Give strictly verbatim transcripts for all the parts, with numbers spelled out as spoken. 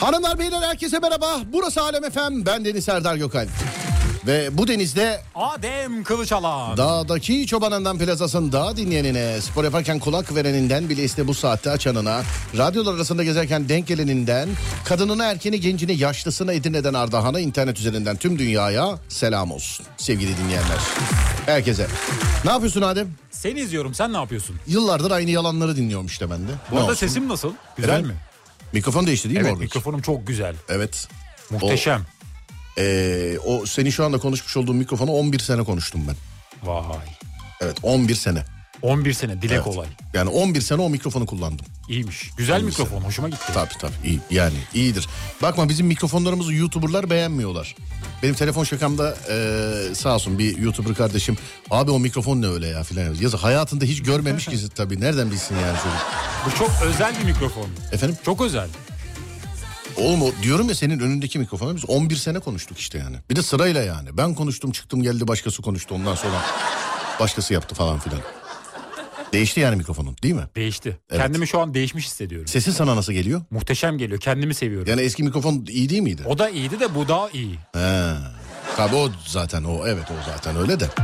Hanımlar beyler herkese merhaba. Burası Alem F M. Ben Deniz Serdar Gökalp. Ve bu denizde Adem Kılıçalan. Dağdaki çobanından plazasında dinleyenine, spor yaparken kulak vereninden, bile iste bu saatte açanına, radyolar arasında gezerken denk geleninden, kadınına, erkeğini, gencini, yaşlısına, Edirne'den Ardahan'a, internet üzerinden tüm dünyaya selam olsun sevgili dinleyenler. Herkese. Ne yapıyorsun Adem? Seni izliyorum, sen ne yapıyorsun? Yıllardır aynı yalanları dinliyorum işte ben de. Bu ne arada olsun? sesim nasıl? Güzel Efendim? mi? Mikrofon değişti değil evet, mi orada? mikrofonum çok güzel. Evet. Muhteşem. O, ee, o senin şu anda konuşmuş olduğun mikrofonu on bir sene konuştum ben. Vay. Evet, on bir sene. on bir sene, dile Evet. kolay. Yani on bir sene o mikrofonu kullandım. İyiymiş. Güzel mikrofon, sene. hoşuma gitti. Tabii tabii iyi, yani iyidir. Bakma bizim mikrofonlarımızı YouTuber'lar beğenmiyorlar. Benim telefon şakamda ee, sağ olsun bir YouTuber kardeşim, abi o mikrofon ne öyle ya filan. Yazık, hayatında hiç görmemiş ki tabii, nereden bilsin yani çocuk. Bu çok özel bir mikrofon. Efendim? Çok özel. Oğlum o, diyorum ya, senin önündeki mikrofonu biz on bir sene konuştuk işte yani. Bir de sırayla yani. Ben konuştum, çıktım, geldi başkası konuştu, ondan sonra başkası yaptı falan filan. Değişti yani mikrofonun, değil mi? Değişti. Evet. Kendimi şu an değişmiş hissediyorum. Sesin sana nasıl geliyor? Muhteşem geliyor. Kendimi seviyorum. Yani eski mikrofon iyi değil miydi? O da iyiydi de bu daha iyi. He. Tabii o zaten o, evet o zaten öyle de.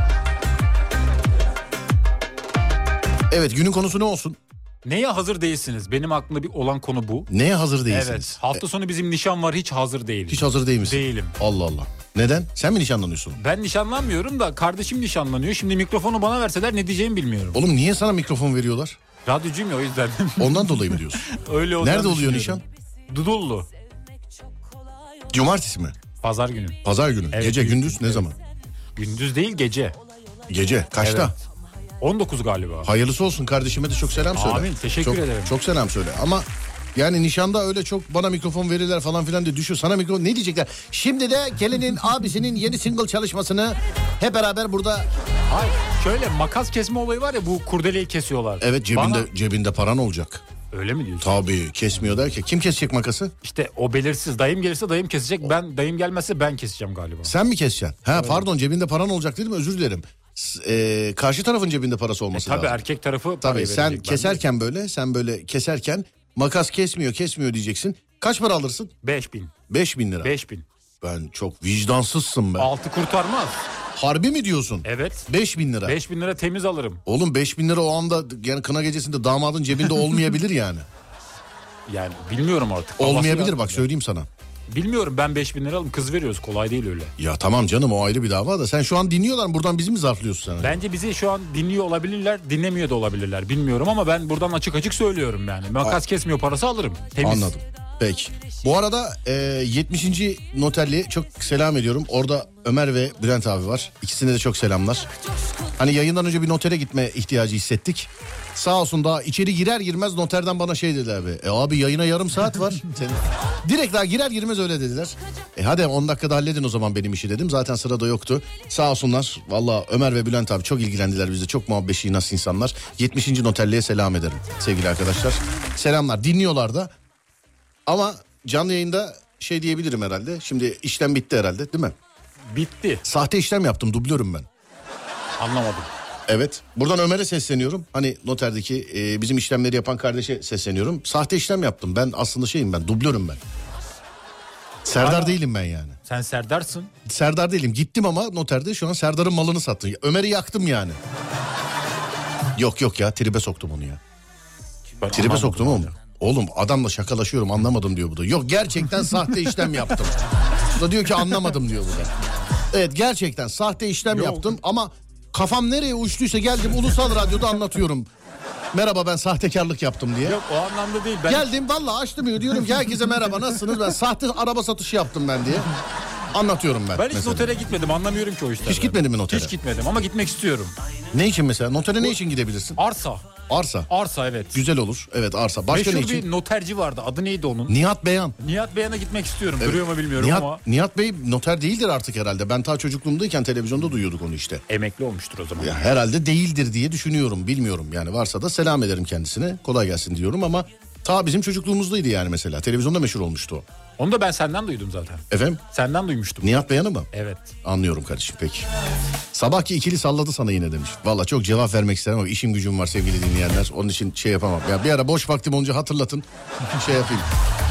Evet, günün konusu ne olsun? Neye hazır değilsiniz? Benim aklımda bir olan konu bu. Neye hazır değilsiniz? Evet. Hafta sonu bizim nişan var, hiç hazır değilim. Hiç hazır değil misin? Değilim. Allah Allah. Neden? Sen mi nişanlanıyorsun? Ben nişanlanmıyorum da kardeşim nişanlanıyor. Şimdi mikrofonu bana verseler ne diyeceğimi bilmiyorum. Oğlum niye sana mikrofon veriyorlar? Radyocuyum ya, o yüzden. Ondan dolayı mı diyorsun? Öyle olacağını Nerede oluyor düşünüyorum. nişan? Dudullu. Cumartesi mi? Pazar günü. Pazar günü. Evet, Gece, gün- gündüz ne evet. zaman? Gündüz değil, gece. Gece. Kaçta? Evet. on dokuz galiba. Hayırlısı olsun, kardeşime de çok selam söyle. Amin, teşekkür çok, ederim. Çok selam söyle ama yani nişanda öyle çok bana mikrofon verirler falan filan diye düşün. Sana mikrofon ne diyecekler? Şimdi de gelinin abisinin yeni single çalışmasını hep beraber burada. Hayır, şöyle makas kesme olayı var ya, bu kurdeleyi kesiyorlar. Evet, cebinde Bana... cebinde paran olacak. Öyle mi diyorsun? Tabii, kesmiyor der ki kim kesecek makası? İşte o belirsiz. Dayım gelirse dayım kesecek. Ben dayım gelmezse ben keseceğim galiba. Sen mi keseceksin? Ha evet. Pardon, cebinde paran olacak dedim, özür dilerim. E, karşı tarafın cebinde parası olması e, tabii lazım. erkek tarafı tabii sen verecek. keserken böyle sen böyle keserken makas kesmiyor kesmiyor diyeceksin. Kaç para alırsın? Beş bin. Beş bin lira. Beş bin. Ben çok vicdansızsın be. Altı kurtarmaz. Harbi mi diyorsun? Evet. Beş bin lira. Beş bin lira temiz alırım. Oğlum beş bin lira o anda yani kına gecesinde damadın cebinde olmayabilir yani. Yani bilmiyorum artık. Olmayabilir, bak söyleyeyim sana. Bilmiyorum, ben beş bin lira alayım, kız veriyoruz, kolay değil öyle. Ya tamam canım, o ayrı bir dava da sen şu an dinliyorlar mı? Buradan bizi mi zarflıyorsun sen? Bence bizi şu an dinliyor olabilirler, dinlemiyor da olabilirler, bilmiyorum ama ben buradan açık açık söylüyorum yani. Makas kesmiyor parası alırım. Temiz. Anladım. Peki. Bu arada e, yetmişinci noterliğe çok selam ediyorum. Orada Ömer ve Bülent abi var. İkisine de çok selamlar. Hani yayından önce bir notere gitme ihtiyacı hissettik. Sağ olsun, daha içeri girer girmez noterden bana şey dediler abi. E abi yayına yarım saat var. Senin... Direkt daha girer girmez öyle dediler. E hadi on dakikada halledin o zaman benim işi dedim. Zaten sırada yoktu. Sağ olsunlar. Valla Ömer ve Bülent abi çok ilgilendiler bizde. Çok muhabbeşi nasıl insanlar. yetmişinci noterliğe selam ederim sevgili arkadaşlar. Selamlar, dinliyorlar da. Ama canlı yayında şey diyebilirim herhalde. Şimdi işlem bitti herhalde, değil mi? Bitti. Sahte işlem yaptım, dublörüm ben. Anlamadım. Evet. Buradan Ömer'e sesleniyorum. Hani noterdeki e, bizim işlemleri yapan kardeşe sesleniyorum. Sahte işlem yaptım. Ben aslında şeyim ben, dublörüm ben. Serdar Hala, değilim ben yani. Sen Serdar'sın. Serdar değilim. Gittim ama noterde şu an Serdar'ın malını sattım. Ömer'i yaktım yani. Yok yok ya, tribe soktum onu ya. Ben tribe soktum oğlum. Ya. Oğlum adamla şakalaşıyorum, anlamadım diyor bu da. Yok gerçekten sahte işlem yaptım. Bu da diyor ki anlamadım diyor bu da. Evet, gerçekten sahte işlem Yok. yaptım ama kafam nereye uçtuysa geldim ulusal radyoda anlatıyorum. Merhaba, ben sahtekarlık yaptım diye. Yok, o anlamda değil. Ben... Geldim vallahi açtım diyorum ki herkese merhaba, nasılsınız, ben sahte araba satışı yaptım ben diye. Anlatıyorum ben. Ben hiç mesela. notere gitmedim, anlamıyorum ki o işlerden. Hiç gitmedin mi notere? Hiç gitmedim ama gitmek istiyorum. Ne için mesela? Notere ne için gidebilirsin? Arsa. Arsa. Arsa evet. Güzel olur. Evet, arsa. Başka Meşhur ne için? bir noterci vardı. Adı neydi onun? Nihat Beyan. Nihat Beyan'a gitmek istiyorum. Evet. Duruyor mu bilmiyorum Nihat, ama. Nihat Bey noter değildir artık herhalde. Ben ta çocukluğumdayken televizyonda duyuyorduk onu işte. Emekli olmuştur o zaman. Ya herhalde değildir diye düşünüyorum. Bilmiyorum yani, varsa da selam ederim kendisine. Kolay gelsin diyorum ama ta bizim çocukluğumuzdaydı yani mesela. Televizyonda meşhur olmuştu o. Onu da ben senden duydum zaten. Efendim? Senden duymuştum. Nihat Beyan'ı mı? Evet. Anlıyorum kardeşim, peki. Sabahki ikili salladı sana yine demiş. Valla çok cevap vermek isterim ama işim gücüm var sevgili dinleyenler. Onun için şey yapamam. Ya bir ara boş vaktim olunca hatırlatın. Şey yapayım.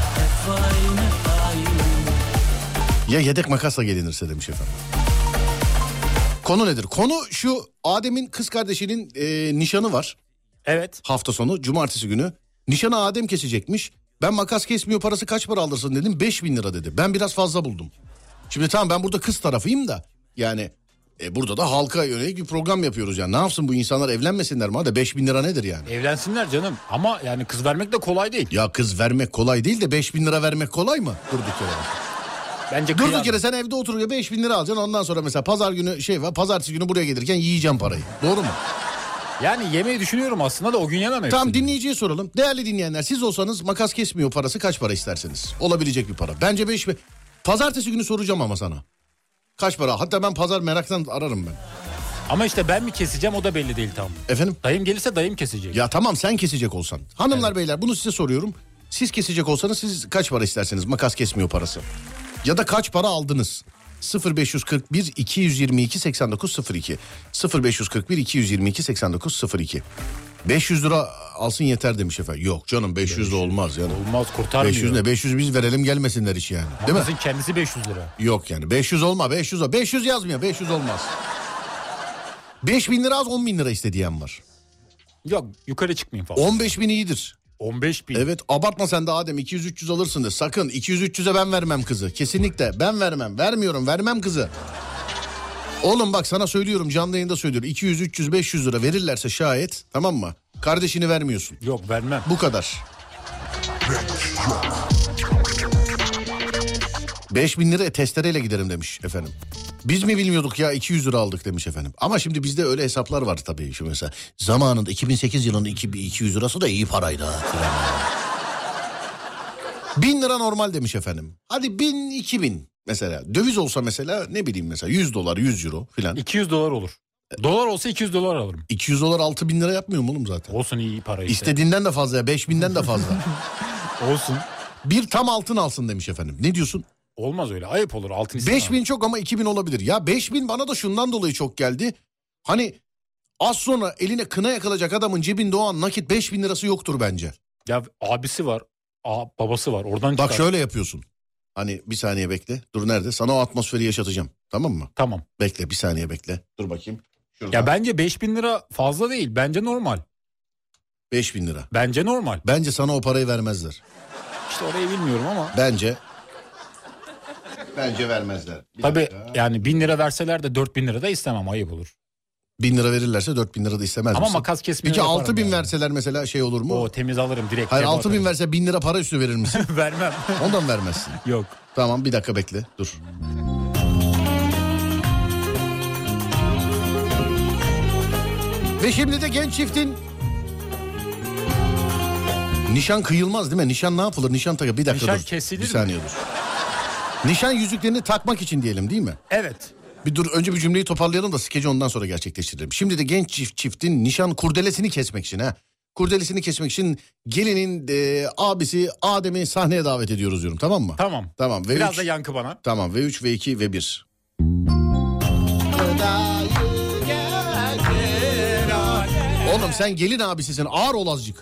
Ya yedek makasla gelinirse demiş efendim. Konu nedir? Konu şu: Adem'in kız kardeşinin e, nişanı var. Evet. Hafta sonu cumartesi günü. Nişanı Adem kesecekmiş. Ben makas kesmiyor parası kaç para alırsın dedim. beş bin lira dedi. Ben biraz fazla buldum. Şimdi tamam, ben burada kız tarafıyım da yani e, burada da halka yönelik bir program yapıyoruz yani. Ne yapsın bu insanlar, evlenmesinler mi? Hadi beş bin lira nedir yani? Evlensinler canım ama yani kız vermek de kolay değil. Ya kız vermek kolay değil de beş bin lira vermek kolay mı? Durduk yere. Bence Durduk kıyam. yere sen evde oturuyor beş bin lira alacaksın, ondan sonra mesela pazar günü şey var, pazartesi günü buraya gelirken yiyeceğim parayı. Doğru mu? Yani yemeği düşünüyorum aslında da o gün yemem hepsini. Tamam, dinleyiciye soralım. Değerli dinleyenler, siz olsanız makas kesmiyor parası kaç para isterseniz? Olabilecek bir para. Bence beş bin. Pazartesi günü soracağım ama sana. Kaç para? Hatta ben pazar meraktan ararım ben. Ama işte ben mi keseceğim o da belli değil tam. Efendim? Dayım gelirse dayım kesecek. Ya tamam, sen kesecek olsan. Hanımlar evet. Beyler, bunu size soruyorum. Siz kesecek olsanız siz kaç para isterseniz makas kesmiyor parası? Ya da kaç para aldınız? sıfır beş kırk bir iki yüz yirmi iki seksen dokuz sıfır iki sıfır beş kırk bir iki yüz yirmi iki seksen dokuz sıfır iki beş yüz lira alsın yeter demiş efendim. Yok canım, beş yüz de olmaz yani. Olmaz, kurtarmıyor. beş yüz ne? beş yüz biz verelim, gelmesinler hiç yani. Değil Makasın mi? kendisi beş yüz lira. Yok yani beş yüz olma, beş yüz o. beş yüz yazmıyor, beş yüz olmaz. beş bin lira az, on bin lira istediyen var. Yok, yukarı çıkmayayım falan. on beş bin iyidir. on beş bin. Evet, abartma sen de Adem, iki yüz üç yüz alırsın de. Sakın iki yüz üç yüze ben vermem kızı. Kesinlikle ben vermem. Vermiyorum, vermem kızı. Oğlum bak, sana söylüyorum, canlı yayında söylüyorum. iki yüz üç yüz beş yüz lira verirlerse şayet, tamam mı? Kardeşini vermiyorsun. Yok, vermem. Bu kadar. beş bin liraya testereyle giderim demiş efendim. Biz mi bilmiyorduk ya, iki yüz lira aldık demiş efendim. Ama şimdi bizde öyle hesaplar var tabii. Şu mesela zamanında iki bin sekiz yılının iki yüz lirası da iyi paraydı. bin lira normal demiş efendim. Hadi bin, iki bin mesela. Döviz olsa mesela, ne bileyim mesela yüz dolar, yüz euro filan. iki yüz dolar olur. Dolar olsa iki yüz dolar alırım. iki yüz dolar altı bin lira yapmıyor mu oğlum zaten? Olsun, iyi para işte. İstediğinden de fazla ya, beş binden de fazla. Olsun. Bir tam altın alsın demiş efendim. Ne diyorsun? Olmaz öyle, ayıp olur, altın istemem. beş bin çok ama iki bin olabilir. Ya beş bin bana da şundan dolayı çok geldi. Hani az sonra eline kına yakılacak adamın cebinde o an nakit beş bin lirası yoktur bence. Ya abisi var, a, babası var, oradan Bak çıkar. şöyle yapıyorsun. Hani bir saniye bekle. Dur, nerede? Sana o atmosferi yaşatacağım. Tamam mı? Tamam. Bekle bir saniye bekle. Dur bakayım. Şurada. Ya bence beş bin lira fazla değil. Bence normal. beş bin lira. Bence normal. Bence sana o parayı vermezler. İşte orayı bilmiyorum ama. Bence. Bence vermezler. Bir Tabii dakika. yani bin lira verseler de dört bin lira da istemem, ayıp olur. bin lira verirlerse dört bin lira da istemez Ama misin? makas kesmeyi Peki yaparım altı bin yani. verseler mesela şey olur mu? O temiz alırım direkt. Hayır, cebe altı bin atarım. verse bin lira para üstü verir misin? Vermem. Ondan vermezsin. Yok. Tamam, bir dakika bekle. Dur. Ve şimdi de genç çiftin nişan kıyılmaz değil mi? Nişan ne yapılır? Nişan takı. Bir dakika Nişan dur. kesilir bir saniye mi? dur. Nişan yüzüklerini takmak için diyelim değil mi? Evet. Bir dur, önce bir cümleyi toparlayalım da skeci ondan sonra gerçekleştirelim. Şimdi de genç çift çiftin nişan kurdelesini kesmek için ha. Kurdelesini kesmek için gelinin e, abisi Adem'i sahneye davet ediyoruz diyorum, tamam mı? Tamam. Tamam. Ve Biraz üç, da yankı bana. tamam ve üç ve iki ve bir. Oğlum sen gelin abisisin, ağır ol azıcık.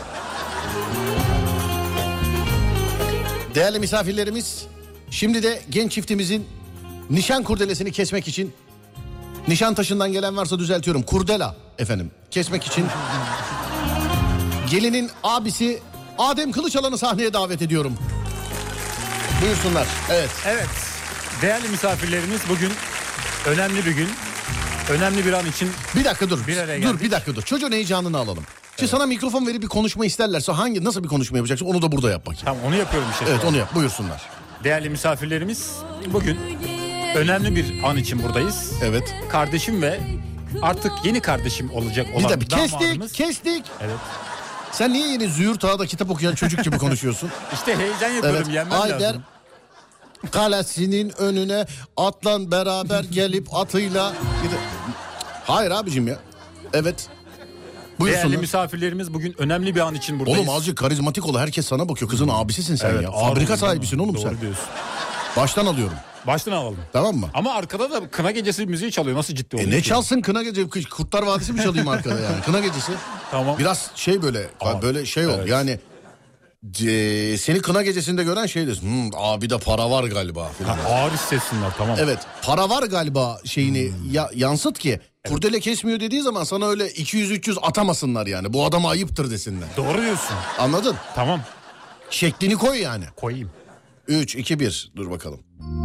Değerli misafirlerimiz, şimdi de genç çiftimizin nişan kurdelesini kesmek için, Nişantaşı'ndan gelen varsa düzeltiyorum, kurdela efendim, kesmek için gelinin abisi Adem Kılıçalan'ı sahneye davet ediyorum. Buyursunlar. Evet. Evet. Değerli misafirlerimiz, bugün önemli bir gün. Önemli bir an için. Bir dakika dur. Bir araya dur geldik. bir dakika dur. Çocuğun heyecanını alalım. Şimdi sana mikrofon verip bir konuşma isterlerse hangi nasıl bir konuşma yapacaksın, onu da burada yap bakayım. Tamam, onu yapıyorum işte. Evet, onu yap, buyursunlar. Değerli misafirlerimiz, bugün önemli bir an için buradayız. Evet. Kardeşim ve artık yeni kardeşim olacak olan Bir de bir kestik, damadımız. kestik. Evet. Sen niye yeni Züğürt Ağa'da kitap okuyan çocuk gibi konuşuyorsun? İşte heyecan yapıyorum, Evet. yenmem Ayder lazım. kalesinin önüne atlan beraber gelip atıyla. Bir de... Hayır abicim ya. Evet. Değerli Buyursunlar. misafirlerimiz, bugün önemli bir an için buradayız. Oğlum azıcık karizmatik ol. Herkes sana bakıyor. Kızın abisisin sen Evet, ya. ağır Fabrika oldu, sahibisin oğlum doğru sen. diyorsun. Baştan alıyorum. Baştan alalım. Tamam mı? Ama arkada da kına gecesi müziği çalıyor. Nasıl ciddi E oluyor ne ki? çalsın kına gece? Kurtlar Vadisi mi çalayım arkada yani? Kına gecesi. Tamam. Biraz şey böyle Tamam. böyle şey ol. Evet. Yani e, seni kına gecesinde gören şey diyorsun. Hmm, abi de para var galiba. Ha, ağır hissetsinler, tamam. Evet, para var galiba şeyini hmm. ya, yansıt ki evet. Kurdele kesmiyor dediği zaman sana öyle iki yüz üç yüz atamasınlar yani. Bu adama ayıptır desinler. Doğru diyorsun. Anladın? Tamam. Şeklini koy yani. Koyayım. üç, iki, bir dur bakalım.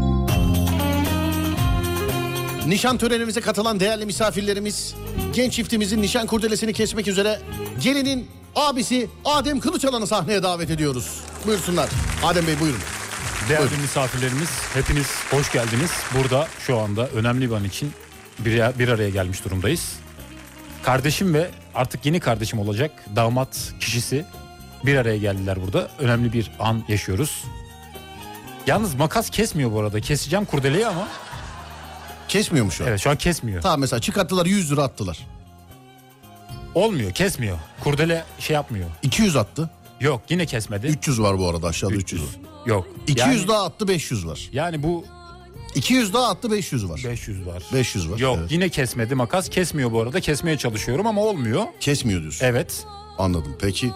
Nişan törenimize katılan değerli misafirlerimiz, genç çiftimizin nişan kurdelesini kesmek üzere gelinin abisi Adem Kılıçalan'ı sahneye davet ediyoruz. Buyursunlar. Adem Bey buyurun. Değerli buyurun. misafirlerimiz, hepiniz hoş geldiniz. Burada şu anda önemli bir an için bir, bir araya gelmiş durumdayız. Kardeşim ve artık yeni kardeşim olacak damat kişisi bir araya geldiler burada. Önemli bir an yaşıyoruz. Yalnız makas kesmiyor bu arada. Keseceğim kurdeleyi ama. Kesmiyor mu şu an? Evet, şu an kesmiyor. Tamam, mesela çıkarttılar yüz lira attılar. Olmuyor, kesmiyor. Kurdele şey yapmıyor. iki yüz attı. Yok, yine kesmedi. üç yüz var bu arada, aşağıda üç yüz. üç yüz. Yok. iki yüz yani, daha attı, beş yüz var. Yani bu iki yüz daha attı, beş yüz var. beş yüz var. beş yüz var. Yok, evet. Yine kesmedi makas. Kesmiyor bu arada. Kesmeye çalışıyorum ama olmuyor. Kesmiyor diyorsun. Evet. Anladım. Peki.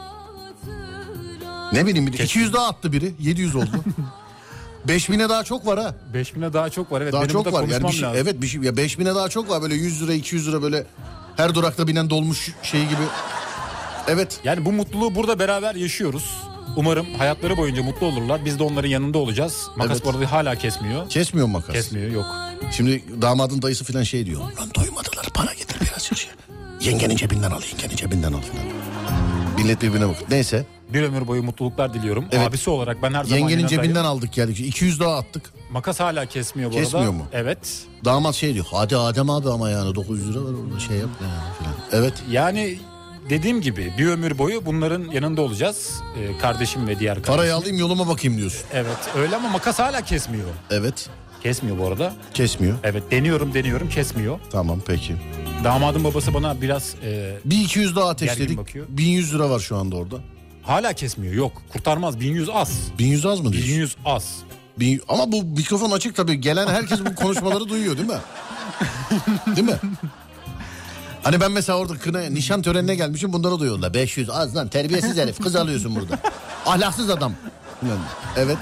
Ne bileyim, biri iki yüz daha attı biri. yedi yüz oldu. beş bine daha çok var ha. beş bine daha çok var. Evet, daha benim çok var. Yani bir şey, lazım. evet bir şey, ya beş bine daha çok var, böyle yüz lira iki yüz lira böyle her durakta binen dolmuş şeyi gibi. Evet. Yani bu mutluluğu burada beraber yaşıyoruz. Umarım hayatları boyunca mutlu olurlar. Biz de onların yanında olacağız. Makas evet. bu arada hala kesmiyor. Kesmiyor mu makas? Kesmiyor, yok. Şimdi damadın dayısı falan şey diyor. Lan doymadılar, para getir biraz şey. Yengenin cebinden al, yengenin cebinden al falan. Millet birbirine bak. Neyse. Bir ömür boyu mutluluklar diliyorum. Evet. Abisi olarak ben her zaman yengenin cebinden yanındayım. aldık geldik. iki yüz daha attık. Makas hala kesmiyor bu Kesmiyor arada. mu? Evet. Damat şey diyor. Hadi Adem abi ama yani dokuz yüz lira var orada, şey yap yani falan. Evet. Yani dediğim gibi bir ömür boyu bunların yanında olacağız. Ee, kardeşim ve diğer kardeşim. Parayı alayım yoluma bakayım diyorsun. Evet öyle ama makas hala kesmiyor. Evet. Kesmiyor bu arada. Kesmiyor. Evet, deniyorum deniyorum kesmiyor. Tamam peki. Damadın babası bana biraz... E, bir iki yüz daha ateşledik. bin yüz lira var şu anda orada. Hala kesmiyor, yok kurtarmaz, bin yüz az. bin yüz az mı diyorsun? bin yüz az. Bin, ama bu mikrofon açık tabii, gelen herkes bu konuşmaları duyuyor değil mi? Değil mi? Hani ben mesela orada kına, nişan törenine gelmişim, bunları duyuyorlar. beş yüz az lan, terbiyesiz herif, kız alıyorsun burada. Ahlaksız adam. Evet.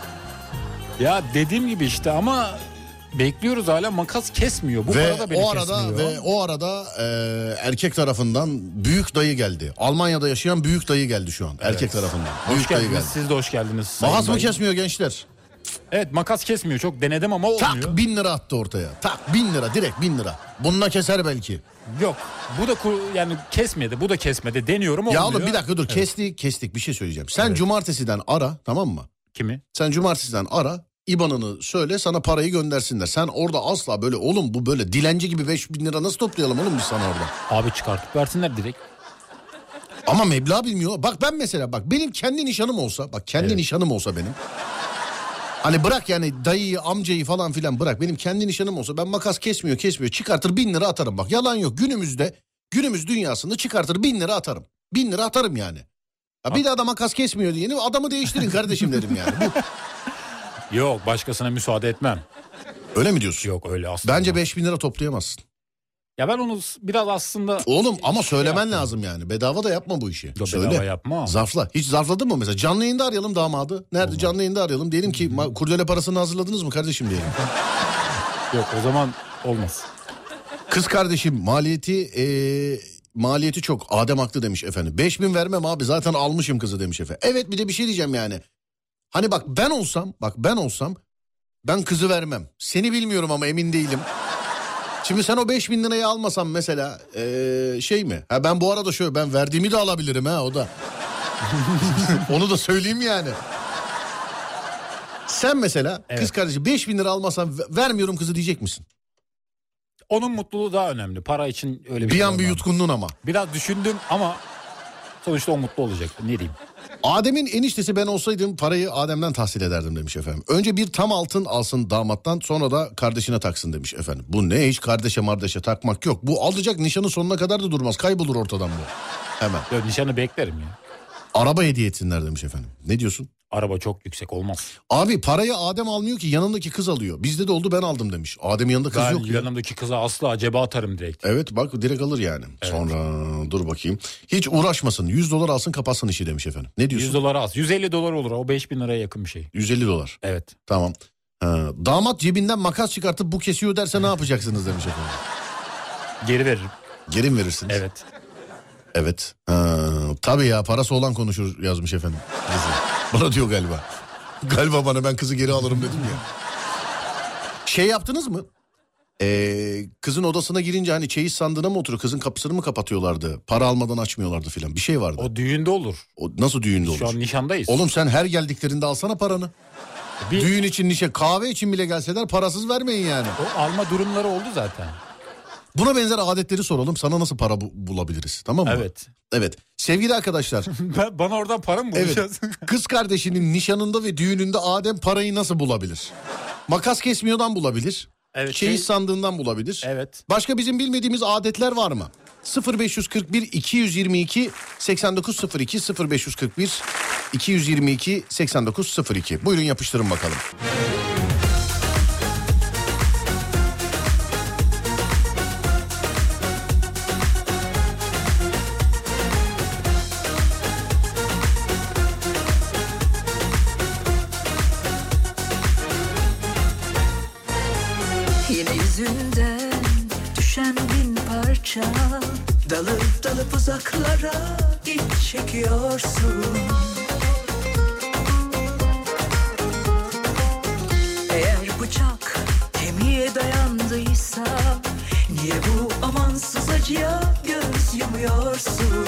Ya dediğim gibi işte ama bekliyoruz, hala makas kesmiyor. Bu ve arada beni o arada kesmiyor. ve o arada e, erkek tarafından büyük dayı geldi. Almanya'da yaşayan büyük dayı geldi şu an, evet. Erkek tarafından. Hoş büyük geldiniz. Dayı geldi. Siz de hoş geldiniz. Makas mı kesmiyor gençler? Evet, makas kesmiyor, çok denedim ama olmuyor. Tak bin lira attı ortaya. Tak bin lira, direkt bin lira. Bununla keser belki. Yok, bu da yani kesmedi, bu da kesmedi, deniyorum olmuyor. Ya oğlum bir dakika dur, evet. kestik kestik bir şey söyleyeceğim. Sen evet. cumartesiden ara, tamam mı? Kimi? Sen cumartesiden ara, İ B A N'ını söyle, sana parayı göndersinler. Sen orada asla böyle, oğlum bu böyle dilenci gibi beş bin lira nasıl toplayalım oğlum biz sana orada? Abi çıkartıp versinler direkt. Ama meblağ bilmiyor. Bak ben mesela, bak benim kendi nişanım olsa, bak kendi evet. nişanım olsa benim. Hani bırak yani dayıyı, amcayı falan filan bırak. Benim kendi nişanım olsa ben makas kesmiyor kesmiyor çıkartır bin lira atarım, bak yalan yok. Günümüzde, günümüz dünyasında çıkartır bin lira atarım. Bin lira atarım yani. Ya bir daha da makas kesmiyor diye adamı değiştirin kardeşim dedim yani. Bu... Yok, başkasına müsaade etmem. Öyle mi diyorsun? Yok öyle aslında. Bence beş bin lira toplayamazsın. Ya ben onu biraz aslında... Oğlum ama söylemen şey lazım yani. Bedava da yapma bu işi. Yok, söyle. Bedava yapma. Zarfla. Hiç zarfladın mı mesela? Canlı yayında arayalım damadı. Nerede? Olmaz. Canlı yayında arayalım. Diyelim ki kurdele parasını hazırladınız mı kardeşim diyelim. Yok, o zaman olmaz. Kız kardeşim maliyeti ee, maliyeti çok. Adem haklı demiş efendim. beş bin vermem abi, zaten almışım kızı demiş efendim. Evet, bir de bir şey diyeceğim yani. Hani bak ben olsam, bak ben olsam ben kızı vermem. Seni bilmiyorum ama emin değilim. Şimdi sen o beş bin lirayı almasan mesela ee, şey mi? Ha ben bu arada şöyle, ben verdiğimi de alabilirim ha, o da. Onu da söyleyeyim yani. Sen mesela evet. Kız kardeşim beş bin lira almasan vermiyorum kızı diyecek misin? Onun mutluluğu daha önemli. Para için öyle bir Bir şey an bir yutkundun ama. Biraz düşündüm ama sonuçta o mutlu olacak. Ne diyeyim? Adem'in eniştesi ben olsaydım parayı Adem'den tahsil ederdim demiş efendim. Önce bir tam altın alsın damattan, sonra da kardeşine taksın demiş efendim. Bu ne, hiç kardeşe mardeşe takmak yok. Bu alacak, nişanın sonuna kadar da durmaz, kaybolur ortadan bu. Hemen. Yok, nişanı beklerim ya. Araba hediye etsinler demiş efendim. Ne diyorsun? araba çok yüksek olmaz. Abi parayı Adem almıyor ki, yanındaki kız alıyor. Bizde de oldu, ben aldım demiş. Adem'in yanında kız ben yok ya. yanımdaki kıza asla acaba atarım direkt. Evet bak, direkt alır yani. Evet. Sonra dur bakayım. Hiç uğraşmasın, yüz dolar alsın kapatsın işi demiş efendim. Ne diyorsun? yüz dolar az. yüz elli dolar olur, o beş bin liraya yakın bir şey. yüz elli dolar. Evet. Tamam. Ha, damat cebinden makas çıkartıp bu kesiyor derse ne yapacaksınız demiş efendim. Geri veririm. Geri mi verirsiniz? Evet. Evet. Ha, tabii ya, parası olan konuşur yazmış efendim. Bana diyor galiba. Galiba bana, ben kızı geri alırım dedim ya. Şey yaptınız mı? Ee, kızın odasına girince hani çeyiz sandığına mı oturuyor? Kızın kapısını mı kapatıyorlardı? Para almadan açmıyorlardı filan. Bir şey vardı. O düğünde olur. O nasıl düğünde olur? Şu an nişandayız. Oğlum sen her geldiklerinde alsana paranı. Bir... Düğün için, nişan, kahve için bile gelseler parasız vermeyin yani. O alma durumları oldu zaten. Buna benzer adetleri soralım. Sana nasıl para bu- bulabiliriz, tamam mı? Evet. Evet. Sevgili arkadaşlar. ben, bana oradan para mı bulacağız? Evet. Kız kardeşinin nişanında ve düğününde Adem parayı nasıl bulabilir? Makas kesmiyordan bulabilir. Evet. Çeyiz şey... sandığından bulabilir. Evet. Başka bizim bilmediğimiz adetler var mı? sıfır beş kırk bir iki yüz yirmi iki seksen dokuz sıfır iki sıfır beş kırk bir iki yüz yirmi iki seksen dokuz sıfır iki. Buyurun yapıştırın bakalım. Yine yüzünden düşen bin parça, dalıp dalıp uzaklara iç çekiyorsun. Eğer bıçak kemiğe dayandıysa, niye bu amansız acıya göz yumuyorsun?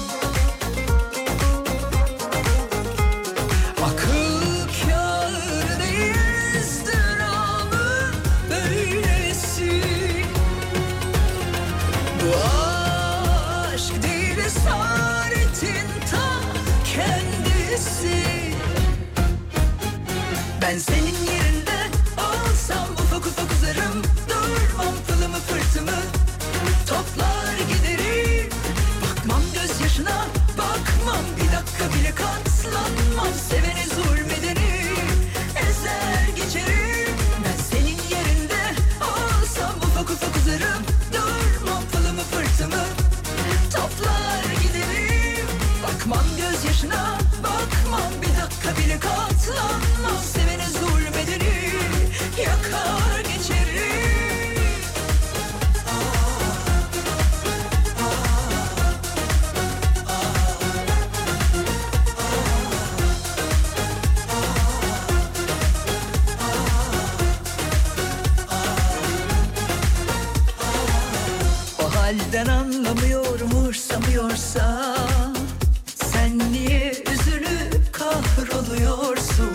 Ben senin yerinde olsam ufak ufak uzarım, durmam pılımı fırtımı, toplar giderim. Bakmam gözyaşına, bakmam bir dakika bile katlanmam, sevene zulmedeni ezer geçerim. Ben senin yerinde olsam ufak ufak uzarım, durmam pılımı fırtımı, toplar giderim. Bakmam gözyaşına, bakmam bir dakika bile katlanmam, sevene zulmedeni yakar geçerim. O halden anlamıyorum, umursamıyorsa sen niye üzülüp kahroluyorsun?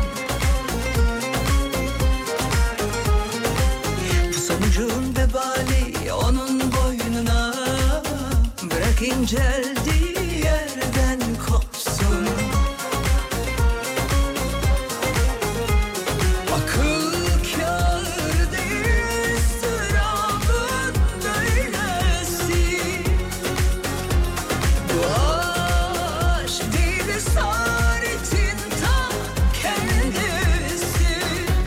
Bu sonucun vebali onun boynuna, bırak inceldiği yerden kopsun. Akıl kâr değil ıstırabın böylesi. Bu aşk değil esaretin ta kendisi.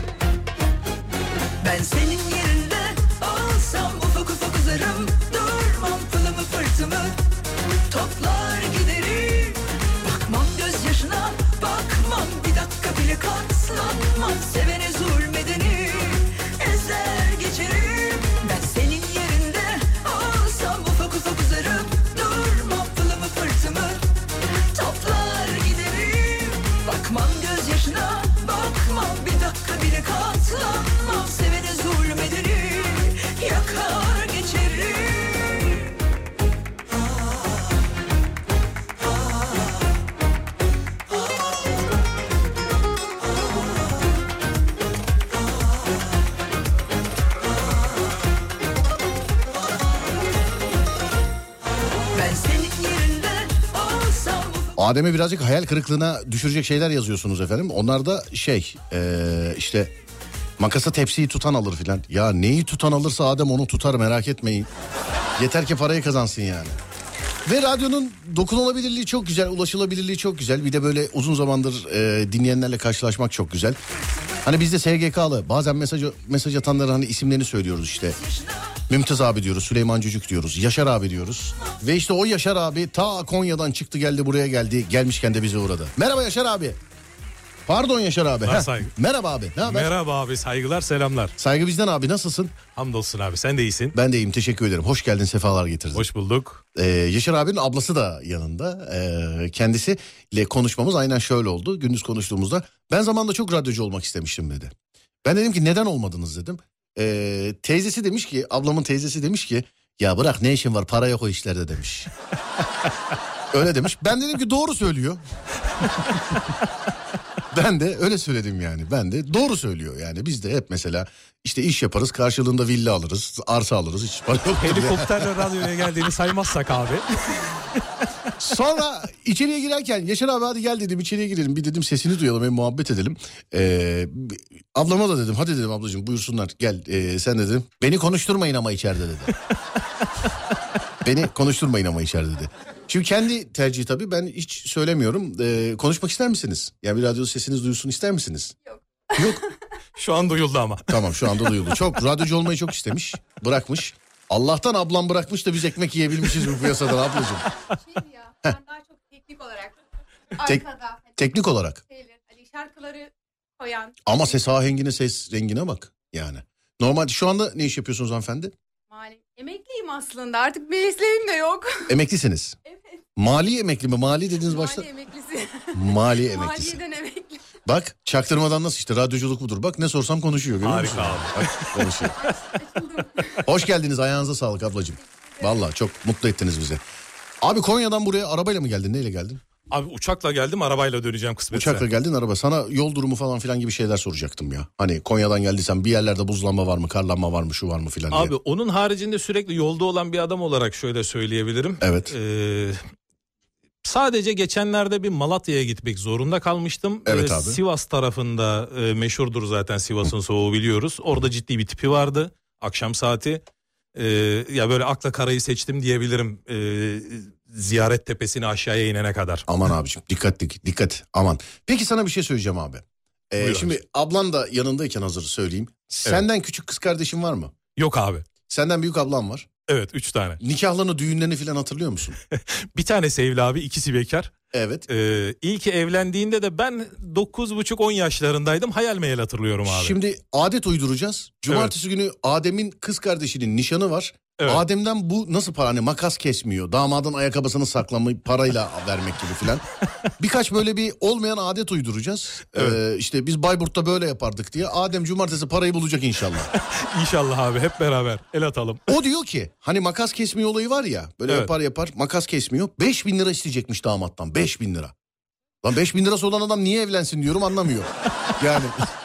Ben senin yerinde olsam ufak ufak uzarım, durmam pılımı fırtımı, toplar giderim. Bakmam gözyaşına, bakmam bir dakika bile katlanmam, sevene zulmedeni ezer geçerim. Ben senin yerinde olsam ufak ufak uzarım, durmam pılımı fırtımı, toplar giderim. Bakmam gözyaşına, bakmam bir dakika bile katlanmam, sevene zulmedeni yakar geçerim. Ben senin yerinde olsam Adem'e birazcık hayal kırıklığına düşürecek şeyler yazıyorsunuz efendim. Onlar da şey ee, işte makasa tepsiyi tutan alır filan. Ya neyi tutan alırsa Adem onu tutar, merak etmeyin. Yeter ki parayı kazansın yani. Ve radyonun dokunulabilirliği çok güzel, ulaşılabilirliği çok güzel. Bir de böyle uzun zamandır e, dinleyenlerle karşılaşmak çok güzel. Hani biz de S G K'lı bazen mesaj, mesaj atanların hani isimlerini söylüyoruz işte. Mümtaz abi diyoruz, Süleyman Cücük diyoruz, Yaşar abi diyoruz. Ve işte o Yaşar abi ta Konya'dan çıktı geldi buraya geldi. Gelmişken de bize uğradı. Merhaba Yaşar abi. Pardon Yaşar abi. Merhaba abi. Ne haber? Merhaba abi, saygılar selamlar. Saygı bizden abi, nasılsın? Hamdolsun abi, sen de iyisin. Ben de iyiyim, teşekkür ederim. Hoş geldin, sefalar getirdin. Hoş bulduk. Ee, Yaşar abinin ablası da yanında. Ee, kendisiyle konuşmamız aynen şöyle oldu. Gündüz konuştuğumuzda ben zamanında çok radyocu olmak istemiştim dedi. Ben dedim ki neden olmadınız dedim. Ee, teyzesi demiş ki, ablamın teyzesi demiş ki ya bırak ne işin var, para yok o işlerde demiş. Öyle demiş. Ben dedim ki doğru söylüyor. Ben de öyle söyledim yani. Ben de doğru söylüyor yani. Biz de hep mesela işte iş yaparız, karşılığında villa alırız, arsa alırız. Hiç para yok. Helikopterle radyoya geldiğini saymazsak abi. Sonra içeriye girerken Yaşar abi hadi gel dedim, içeriye girelim. Bir dedim sesini duyalım, hem muhabbet edelim. Ee, ablama da dedim hadi dedim ablacığım buyursunlar gel ee, sen dedim. Beni konuşturmayın ama içeride dedi. Beni konuşturmayın ama içeride dedi. Şimdi kendi tercihi tabii, ben hiç söylemiyorum. Ee, konuşmak ister misiniz? Yani bir radyo sesiniz duyulsun ister misiniz? Yok. Yok. Şu an duyuldu ama. Tamam, şu anda duyuldu. Çok radyocu olmayı çok istemiş, bırakmış. Allah'tan ablam bırakmış da biz ekmek yiyebilmişiz bu piyasadan ablacığım. Şey ya, ben daha çok teknik olarak Tek- arkada hani Teknik olarak. şeyler, hani şarkıları koyan. Ama ses ahengine, ses rengine bak yani. Normalde şu anda ne iş yapıyorsunuz hanımefendi? Mali. Emekliyim aslında, artık mesleğim de yok. Emeklisiniz. Evet. Mali emekli mi? Mali dediğiniz başta. Mali emeklisi. Mali emeklisi. Maliyeden emekli. Bak çaktırmadan nasıl işte radyoculuk budur. Bak ne sorsam konuşuyor. Görüyor Harika musun? abi. Bak, konuşuyor. Hoş geldiniz, ayağınıza sağlık ablacığım. Vallahi çok mutlu ettiniz bizi. Abi Konya'dan buraya arabayla mı geldin? Neyle geldin? Abi uçakla geldim, arabayla döneceğim kısmetse. Uçakla geldin, araba. Sana yol durumu falan filan gibi şeyler soracaktım ya. Hani Konya'dan geldiysen bir yerlerde buzlanma var mı, karlanma var mı, şu var mı filan diye. Abi onun haricinde sürekli yolda olan bir adam olarak şöyle söyleyebilirim. Evet. Ee, sadece geçenlerde bir Malatya'ya gitmek zorunda kalmıştım. Evet Ee, abi. Sivas tarafında e, meşhurdur zaten Sivas'ın soğuğu biliyoruz. Orada ciddi bir tipi vardı akşam saati. Ee, ya böyle akla karayı seçtim diyebilirim. Ee, ziyaret tepesini aşağıya inene kadar. Aman abiciğim dikkat dikkat aman. Peki sana bir şey söyleyeceğim abi. Ee, Buyur şimdi abi. ablan da yanındayken hazır söyleyeyim. Senden küçük kız kardeşin var mı? Yok abi. Senden büyük ablan var. Evet, üç tane. Nikahlarını, düğünlerini falan hatırlıyor musun? Bir tanesi evli abi, ikisi bekar. Evet. Ee, ilki evlendiğinde de ben dokuz buçuk on yaşlarındaydım. Hayal meyal hatırlıyorum abi. Şimdi adet uyduracağız. Cumartesi günü Adem'in kız kardeşinin nişanı var. Evet. Adem'den bu nasıl para, hani makas kesmiyor. Damadın ayakkabısını saklamayı parayla vermek gibi filan. Birkaç böyle bir olmayan adet uyduracağız. Evet. Ee, işte biz Bayburt'ta böyle yapardık diye. Adem cumartesi parayı bulacak inşallah. İnşallah abi, hep beraber el atalım. O diyor ki hani makas kesmiyor olayı var ya. Böyle Evet. yapar yapar makas kesmiyor. beş bin lira isteyecekmiş damattan. beş bin lira. Lan beş bin lirası olan adam niye evlensin diyorum, anlamıyor. Yani...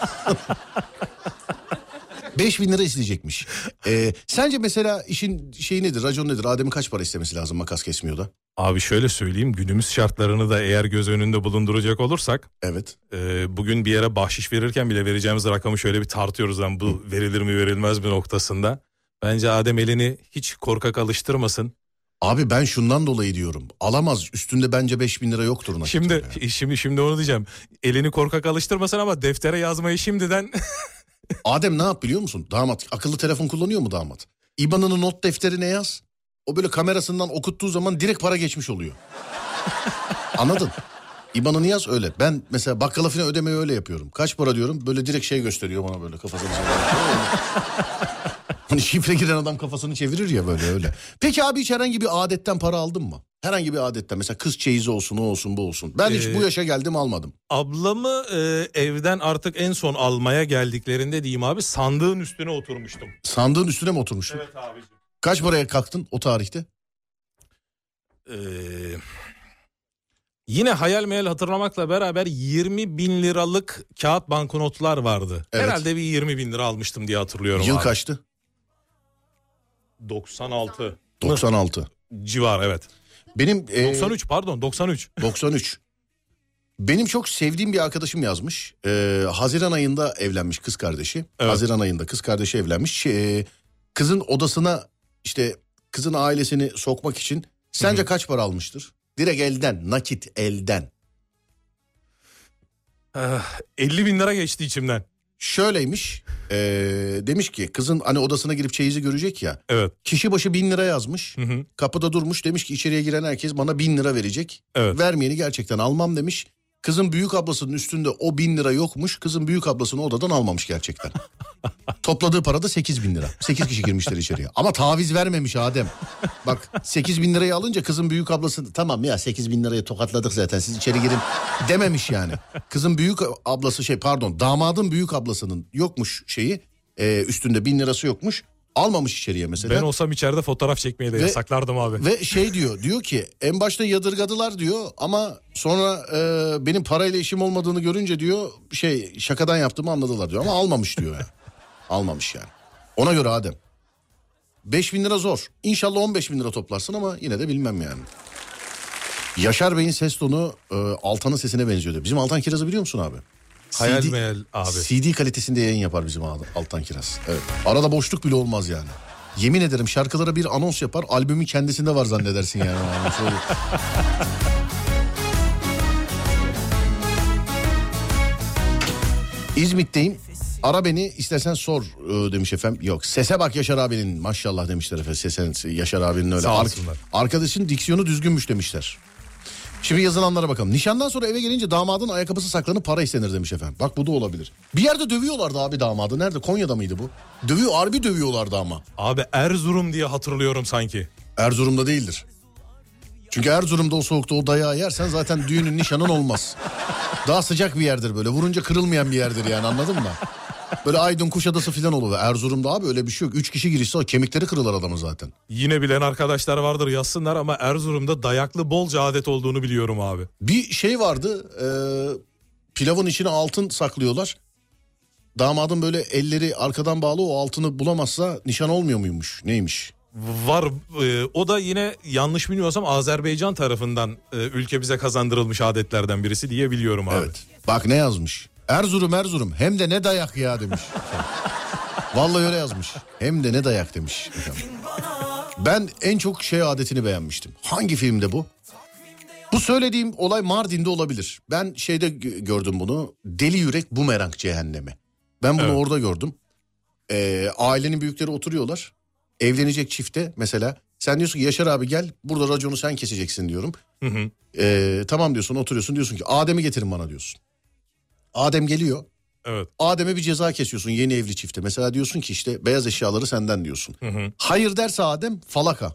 beş bin lira isteyecekmiş. Ee, sence mesela işin şeyi nedir, racon nedir? Adem'in kaç para istemesi lazım makas kesmiyor da? Abi şöyle söyleyeyim, günümüz şartlarını da eğer göz önünde bulunduracak olursak... Evet. e, bugün bir yere bahşiş verirken bile vereceğimiz rakamı şöyle bir tartıyoruz. Lan bu verilir mi verilmez mi noktasında. Bence Adem elini hiç korkak alıştırmasın. Abi ben şundan dolayı diyorum. Alamaz, üstünde bence beş bin lira yoktur nakit. Şimdi, yani. şimdi, şimdi onu diyeceğim. Elini korkak alıştırmasın ama deftere yazmayı şimdiden... Adem ne yap biliyor musun? Damat akıllı telefon kullanıyor mu damat? İban'ını not defterine yaz. O böyle kamerasından okuttuğu zaman direkt para geçmiş oluyor. Anladın? İban'ını yaz öyle. Ben mesela bakkala falan ödemeyi öyle yapıyorum. Kaç para diyorum, böyle direkt şey gösteriyor bana, böyle kafasını çeviriyor. Hani şifre giren adam kafasını çevirir ya, böyle öyle. Peki abi hiç herhangi bir adetten para aldın mı? Herhangi bir adetten, mesela kız çeyizi olsun, o olsun, bu olsun. Ben hiç Ee, bu yaşa geldim almadım. Ablamı e, evden artık en son almaya geldiklerinde diyeyim abi, sandığın üstüne oturmuştum. Sandığın üstüne mi oturmuşsun? Evet abiciğim. Kaç paraya kalktın o tarihte? Ee, yine hayal meyal hatırlamakla beraber yirmi bin liralık kağıt banknotlar vardı. Evet. Herhalde bir yirmi bin lira almıştım diye hatırlıyorum Yıl abi. kaçtı? doksan altı doksan altı. civar, evet. Benim e, doksan üç pardon doksan üç. doksan üç. Benim çok sevdiğim bir arkadaşım yazmış. Ee, Haziran ayında evlenmiş kız kardeşi. Evet. Haziran ayında kız kardeşi evlenmiş. Ee, kızın odasına işte kızın ailesini sokmak için Sence kaç para almıştır? Direkt elden, nakit elden. elli bin lira geçti içimden. Şöyleymiş. Ee, demiş ki kızın hani odasına girip çeyizi görecek ya. Evet. Kişi başı bin lira yazmış. Hı hı. Kapıda durmuş, demiş ki içeriye giren herkes bana bin lira verecek. Evet. Vermeyeni gerçekten almam demiş. Kızın büyük ablasının üstünde o bin lira yokmuş. Kızın büyük ablasını odadan almamış gerçekten. Topladığı para da sekiz bin lira. sekiz kişi girmişler içeriye. Ama taviz vermemiş Adem. Bak sekiz bin lirayı alınca kızın büyük ablası tamam ya sekiz bin lirayı tokatladık zaten siz içeri girin dememiş yani. Kızın büyük ablası şey pardon damadın büyük ablasının yokmuş şeyi e, üstünde bin lirası yokmuş. Almamış içeriye mesela. Ben olsam içeride fotoğraf çekmeyi de Ve- yasaklardım abi. Ve şey diyor diyor ki en başta yadırgadılar diyor ama sonra e, benim parayla işim olmadığını görünce diyor şey şakadan yaptığımı anladılar diyor ama almamış diyor yani. Almamış yani. Ona göre Adem. beş bin lira zor. İnşallah on beş bin lira toplarsın ama yine de bilmem yani. Yaşar Bey'in ses tonu e, Altan'ın sesine benziyordu. Bizim Altan Kiraz'ı biliyor musun abi? Hayal C D meyal abi. C D kalitesinde yayın yapar bizim Altan Kiraz. Evet. Arada boşluk bile olmaz yani. Yemin ederim şarkılara bir anons yapar, albümün kendisinde var zannedersin yani. Şöyle. İzmit'teyim. Ara beni istersen sor e, demiş efendim. Yok sese bak Yaşar abinin maşallah demişler efendim. Sesen Yaşar abinin öyle. Sağ Ar- olsunlar. arkadaşın diksiyonu düzgünmüş demişler. Şimdi yazılanlara bakalım. Nişandan sonra eve gelince damadın ayakkabısı saklanıp para istenir demiş efendim. Bak bu da olabilir. Bir yerde dövüyorlardı abi damadı. Nerede? Konya'da mıydı bu? Dövüyor, harbi dövüyorlardı ama. Abi Erzurum diye hatırlıyorum sanki. Erzurum'da değildir. Çünkü Erzurum'da o soğukta o dayağı yersen zaten düğünün nişanın olmaz. Daha sıcak bir yerdir böyle. Vurunca kırılmayan bir yerdir yani anladın mı? Böyle Aydın Kuşadası falan olur. Erzurum'da abi öyle bir şey yok. Üç kişi girişse o kemikleri kırılır adamın zaten. Yine bilen arkadaşlar vardır yazsınlar ama Erzurum'da dayaklı bolca adet olduğunu biliyorum abi. Bir şey vardı. E, pilavın içine altın saklıyorlar. Damadın böyle elleri arkadan bağlı o altını bulamazsa nişan olmuyor muymuş? Neymiş? Var e, o da yine yanlış bilmiyorsam Azerbaycan tarafından e, ülkemize kazandırılmış adetlerden birisi diye biliyorum abi. Evet. Bak ne yazmış? Erzurum Erzurum hem de ne dayak ya demiş. Vallahi öyle yazmış. Hem de ne dayak demiş. Efendim. Ben en çok şey adetini beğenmiştim. Hangi filmde bu? Bu söylediğim olay Mardin'de olabilir. Ben şeyde g- gördüm bunu. Deli Yürek Bumerang Cehennemi. Ben bunu Evet. orada gördüm. Ee, ailenin büyükleri oturuyorlar. Evlenecek çifte mesela. Sen diyorsun ki Yaşar abi gel burada raconu sen keseceksin diyorum. Hı hı. Ee, tamam diyorsun oturuyorsun diyorsun ki Adem'i getirin bana diyorsun. Adem geliyor. Evet. Adem'e bir ceza kesiyorsun yeni evli çifte. Mesela diyorsun ki işte beyaz eşyaları senden diyorsun. Hı hı. Hayır derse Adem falaka.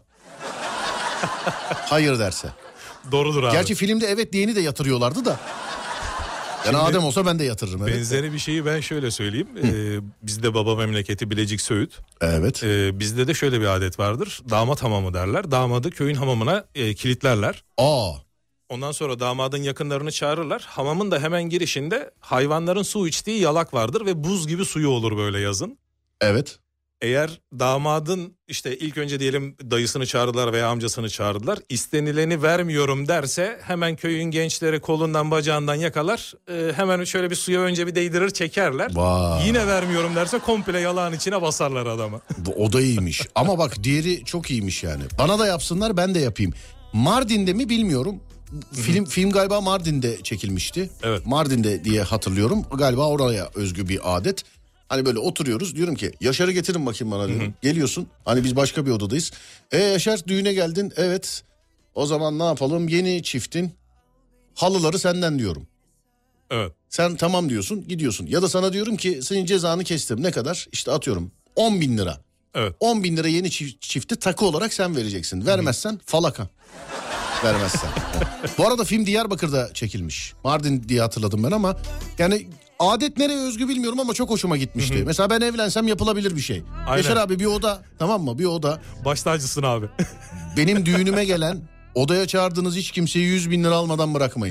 Hayır derse. Doğrudur abi. Gerçi filmde evet diyeni de yatırıyorlardı da. Yani Şimdi Adem olsa ben de yatırırım. Evet. Benzeri bir şeyi ben şöyle söyleyeyim. Ee, bizde baba memleketi Bilecik Söğüt. Evet. Ee, bizde de şöyle bir adet vardır. Damat hamamı derler. Damadı köyün hamamına e, kilitlerler. Aa. Ondan sonra damadın yakınlarını çağırırlar. Hamamın da hemen girişinde hayvanların su içtiği yalak vardır ve buz gibi suyu olur böyle yazın. Evet. Eğer damadın işte ilk önce diyelim dayısını çağırdılar veya amcasını çağırdılar. İstenileni vermiyorum derse hemen köyün gençleri kolundan bacağından yakalar. E, hemen şöyle bir suya önce bir değdirir çekerler. Vay. Yine vermiyorum derse komple yalağın içine basarlar adamı. Bu o da iyiymiş. Ama bak diğeri çok iyiymiş yani. Bana da yapsınlar ben de yapayım. Mardin'de mi bilmiyorum. Film film galiba Mardin'de çekilmişti. Evet. Mardin'de diye hatırlıyorum. Galiba oraya özgü bir adet. Hani böyle oturuyoruz diyorum ki Yaşar'ı getirin bakayım bana diyorum. Geliyorsun hani biz başka bir odadayız. E Yaşar düğüne geldin evet. O zaman ne yapalım yeni çiftin halıları senden diyorum. Evet. Sen tamam diyorsun gidiyorsun. Ya da sana diyorum ki senin cezanı kestim ne kadar? İşte atıyorum on bin lira. Evet. on bin lira yeni çift, çifti takı olarak sen vereceksin. Vermezsen falaka. Vermezsen. Bu arada film Diyarbakır'da çekilmiş. Mardin diye hatırladım ben ama yani adet nereye özgü bilmiyorum ama çok hoşuma gitmişti. Hı hı. Mesela ben evlensem yapılabilir bir şey. Aynen. Yaşar abi bir oda tamam mı bir oda. Baş tacısın abi. Benim düğünüme gelen odaya çağırdığınız hiç kimseyi yüz bin lira almadan bırakmayın.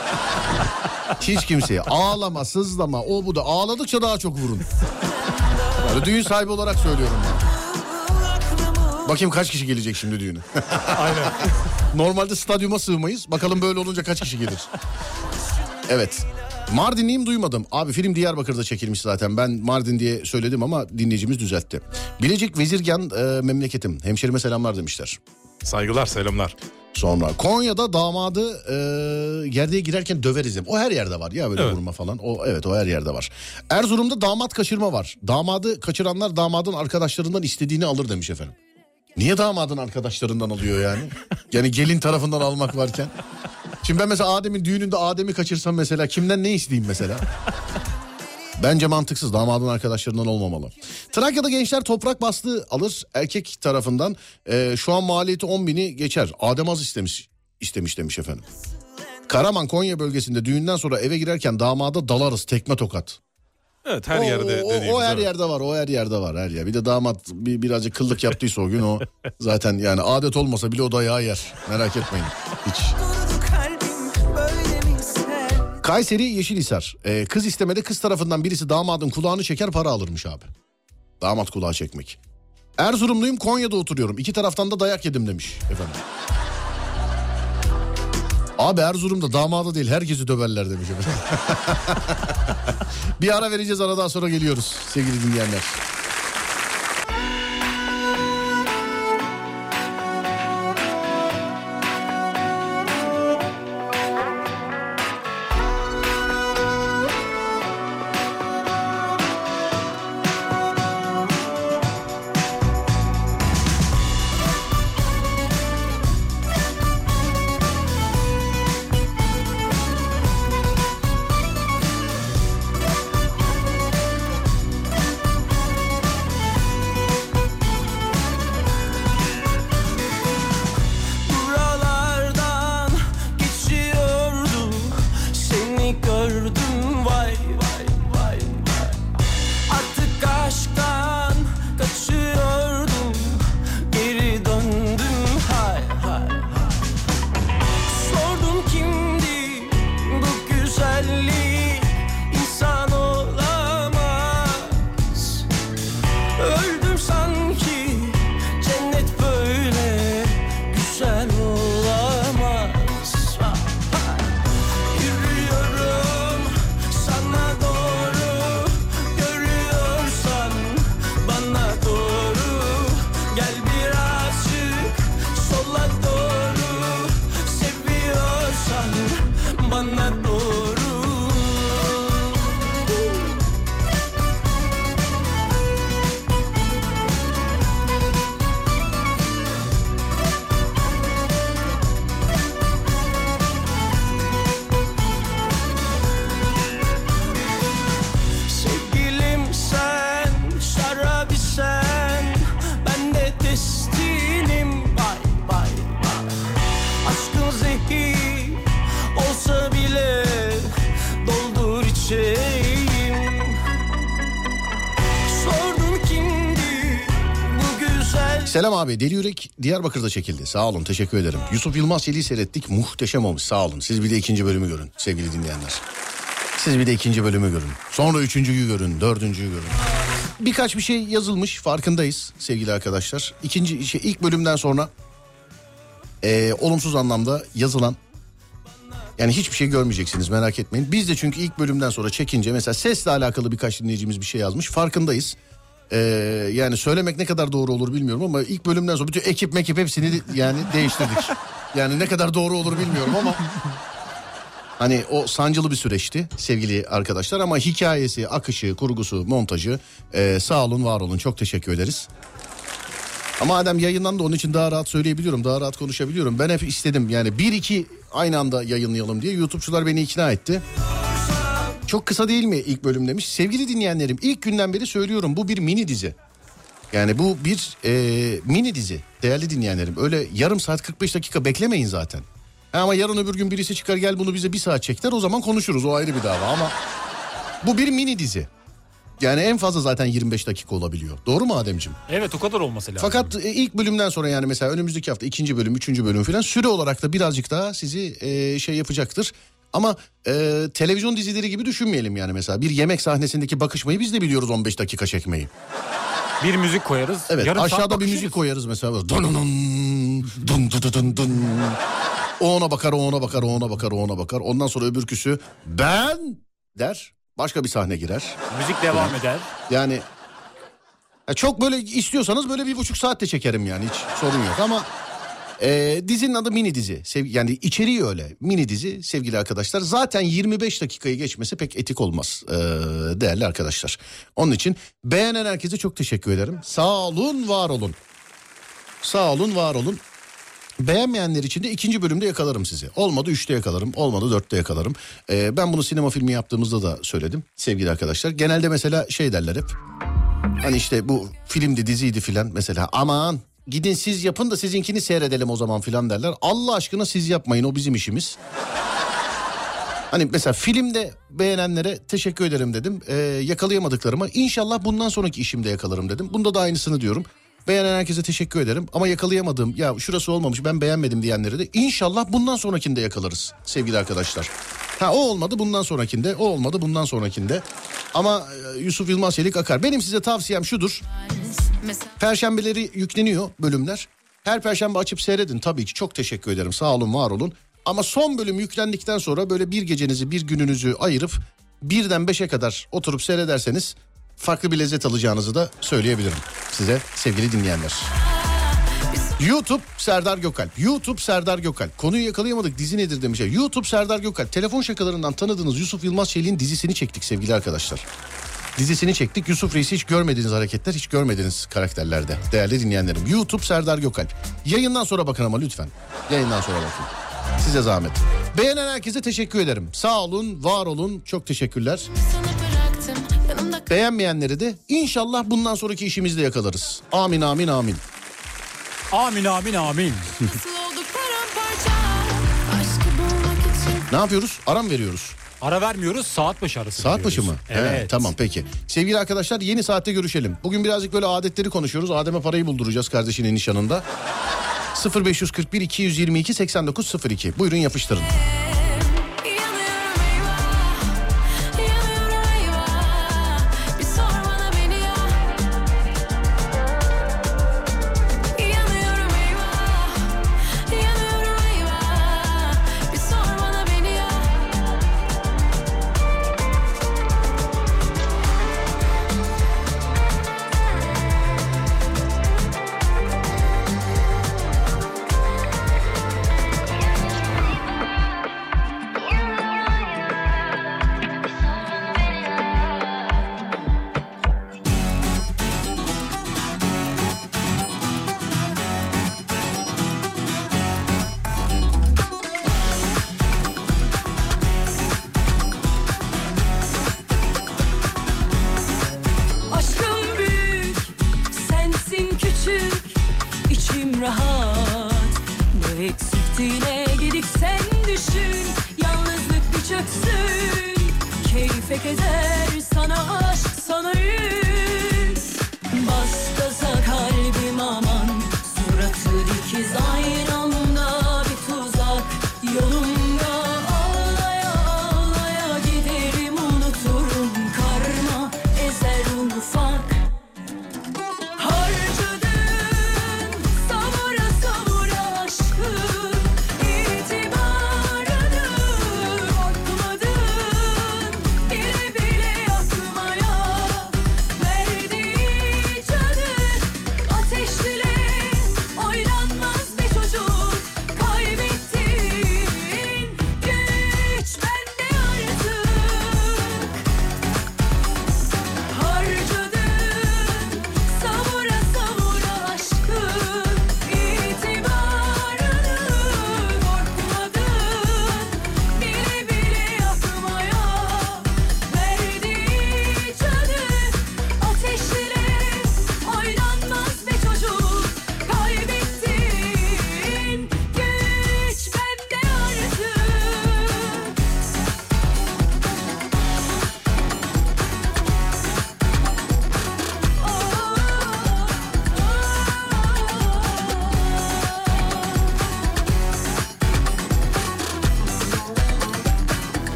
Hiç kimseye ağlama sızlama o bu da ağladıkça daha çok vurun. Yani düğün sahibi olarak söylüyorum ben. Bakayım kaç kişi gelecek şimdi düğüne. Aynen. Normalde stadyuma sığmayız. Bakalım böyle olunca kaç kişi gelir. Evet. Mardinliyim duymadım. Abi film Diyarbakır'da çekilmiş zaten. Ben Mardin diye söyledim ama dinleyicimiz düzeltti. Bilecik Vezirgan e, memleketim. Hemşerime selamlar demişler. Saygılar, selamlar. Sonra Konya'da damadı e, gerdeğe girerken döveriz. O her yerde var ya böyle Evet. vurma falan. O evet o her yerde var. Erzurum'da damat kaçırma var. Damadı kaçıranlar damadın arkadaşlarından istediğini alır demiş efendim. Niye damadın arkadaşlarından alıyor yani? Yani gelin tarafından almak varken. Şimdi ben mesela Adem'in düğününde Adem'i kaçırsam mesela kimden ne isteyeyim mesela? Bence mantıksız, damadın arkadaşlarından olmamalı. Trakya'da gençler toprak bastığı alır erkek tarafından. Ee, şu an maliyeti on bini geçer. Adem az istemiş, istemiş demiş efendim. Karaman Konya bölgesinde düğünden sonra eve girerken damada dalarız tekme tokat. Evet, her o, yerde o, dediğimiz. o her evet. yerde var, o her yerde var her yer. Bir de damat bir, birazcık kıllık yaptıysa o gün o zaten yani adet olmasa bile o dayağı yer. Merak etmeyin hiç. Kayseri Yeşilhisar. Ee, kız istemede kız tarafından birisi damadın kulağını çeker para alırmış abi. Damat kulağı çekmek. Erzurumluyum, Konya'da oturuyorum. İki taraftan da dayak yedim demiş efendim. Abi Erzurum'da damadı değil herkesi döverler demiş efendim. Bir ara vereceğiz, aradan sonra geliyoruz sevgili dinleyenler. Buralardan geçiyordum, seni gördüm, vay vay vay vay. Artık aşktan kaçıyordum, geri döndüm, hay hay hay. Sordum kimdi bu güzellik, insan olamaz. Öldüm sanki, cennet böyle güzel olamaz. Yürüyorum sana doğru, görüyorsan bana doğru. Gel birazcık sola doğru, seviyorsan bana doğru. Sevgilim sen, şarabi sen, ben de destinim, vay vay vay. Aşkın zehir olsa bile doldur içeyim. Sordum kimdi bu güzel. Selam abi, Deli Yürek Diyarbakır'da çekildi. Sağ olun, teşekkür ederim. Yusuf Yılmaz Yeli'yi seyrettik, muhteşem olmuş, sağ olun. Siz bir de ikinci bölümü görün sevgili dinleyenler. Siz bir de ikinci bölümü görün. Sonra üçüncüyü görün, dördüncüyü görün. Birkaç bir şey yazılmış, farkındayız sevgili arkadaşlar. İkinci şey, ilk bölümden sonra e, olumsuz anlamda yazılan, yani hiçbir şey görmeyeceksiniz, merak etmeyin. Biz de çünkü ilk bölümden sonra çekince mesela sesle alakalı birkaç dinleyicimiz bir şey yazmış, farkındayız. Ee, yani söylemek ne kadar doğru olur bilmiyorum ama ilk bölümden sonra bütün ekip mekip hepsini de- yani değiştirdik. Yani ne kadar doğru olur bilmiyorum ama hani o sancılı bir süreçti sevgili arkadaşlar, ama hikayesi, akışı, kurgusu, montajı e, sağ olun, var olun, çok teşekkür ederiz. Ama madem yayınlandı, onun için daha rahat söyleyebiliyorum, daha rahat konuşabiliyorum. Ben hep istedim yani bir iki aynı anda yayınlayalım diye. YouTube'çular beni ikna etti. Çok kısa değil mi ilk bölüm demiş. Sevgili dinleyenlerim, ilk günden beri söylüyorum, bu bir mini dizi. Yani bu bir e, mini dizi değerli dinleyenlerim. Öyle yarım saat kırk beş dakika beklemeyin zaten. Ha, ama yarın öbür gün birisi çıkar, gel bunu bize bir saat çek der, o zaman konuşuruz, o ayrı bir dava, ama bu bir mini dizi. Yani en fazla zaten yirmi beş dakika olabiliyor. Doğru mu Ademciğim? Evet, o kadar olması lazım. Fakat e, ilk bölümden sonra yani mesela önümüzdeki hafta ikinci bölüm, üçüncü bölüm falan süre olarak da birazcık daha sizi e, şey yapacaktır. Ama e, televizyon dizileri gibi düşünmeyelim yani, mesela bir yemek sahnesindeki bakışmayı biz de biliyoruz on beş dakika çekmeyi. Bir müzik koyarız. Evet, yarım saat aşağıda bir bakışırız. müzik koyarız mesela. Dun dun dun dun dun dun. O ona bakar, o ona bakar, o ona bakar, o ona bakar. Ondan sonra öbürküsü ben der. Başka bir sahne girer. Müzik devam eder. Yani ya çok böyle istiyorsanız böyle bir buçuk saatte çekerim yani, hiç sorun yok ama Ee, dizinin adı mini dizi. Sev- yani içeriği öyle. Mini dizi sevgili arkadaşlar. Zaten yirmi beş dakikayı geçmesi pek etik olmaz ee, değerli arkadaşlar. Onun için beğenen herkese çok teşekkür ederim. Sağ olun, var olun. Sağ olun, var olun. Beğenmeyenler için de ikinci bölümde yakalarım sizi. Olmadı üçte yakalarım, olmadı dörtte yakalarım. Ee, ben bunu sinema filmi yaptığımızda da söyledim sevgili arkadaşlar. Genelde mesela şey derler hep. Hani işte bu filmdi, diziydi filan mesela. Aman gidin siz yapın da sizinkini seyredelim o zaman filan derler. Allah aşkına siz yapmayın, o bizim işimiz. Hani mesela filmde beğenenlere teşekkür ederim dedim. Ee, yakalayamadıklarıma inşallah bundan sonraki işimde yakalarım dedim. Bunda da aynısını diyorum. Beğenen herkese teşekkür ederim ama yakalayamadığım, ya şurası olmamış ben beğenmedim diyenleri de inşallah bundan sonrakinde yakalarız sevgili arkadaşlar. Ha o olmadı bundan sonrakinde, o olmadı bundan sonrakinde. Ama e, Yusuf Yılmaz Çelik akar. Benim size tavsiyem şudur. Perşembeleri yükleniyor bölümler. Her perşembe açıp seyredin tabii ki, çok teşekkür ederim, sağ olun, var olun. Ama son bölüm yüklendikten sonra böyle bir gecenizi, bir gününüzü ayırıp birden beşe kadar oturup seyrederseniz farklı bir lezzet alacağınızı da söyleyebilirim size sevgili dinleyenler. YouTube Serdar Gökalp. YouTube Serdar Gökalp. Konuyu yakalayamadık, dizi nedir demiş. YouTube Serdar Gökalp. Telefon şakalarından tanıdığınız Yusuf Yılmaz Çelik'in dizisini çektik sevgili arkadaşlar. Dizisini çektik. Yusuf Reis'i hiç görmediğiniz hareketler, hiç görmediğiniz karakterlerde. Değerli dinleyenlerim. YouTube Serdar Gökalp. Yayından sonra bakın ama lütfen. Yayından sonra bakın. Size zahmet. Beğenen herkese teşekkür ederim. Sağ olun, var olun. Çok teşekkürler. Beğenmeyenleri de inşallah bundan sonraki işimizde yakalarız. Amin, amin, amin. Amin, amin, amin. Ne yapıyoruz? Ara mı veriyoruz? Ara vermiyoruz, saat başı arası Saat başı mı? veriyoruz. Evet. He, tamam peki. Sevgili arkadaşlar, yeni saatte görüşelim. Bugün birazcık böyle adetleri konuşuyoruz. Adem'e parayı bulduracağız kardeşinin nişanında. sıfır beş yüz kırk bir iki yüz yirmi iki seksen dokuz sıfır iki. Buyurun yapıştırın.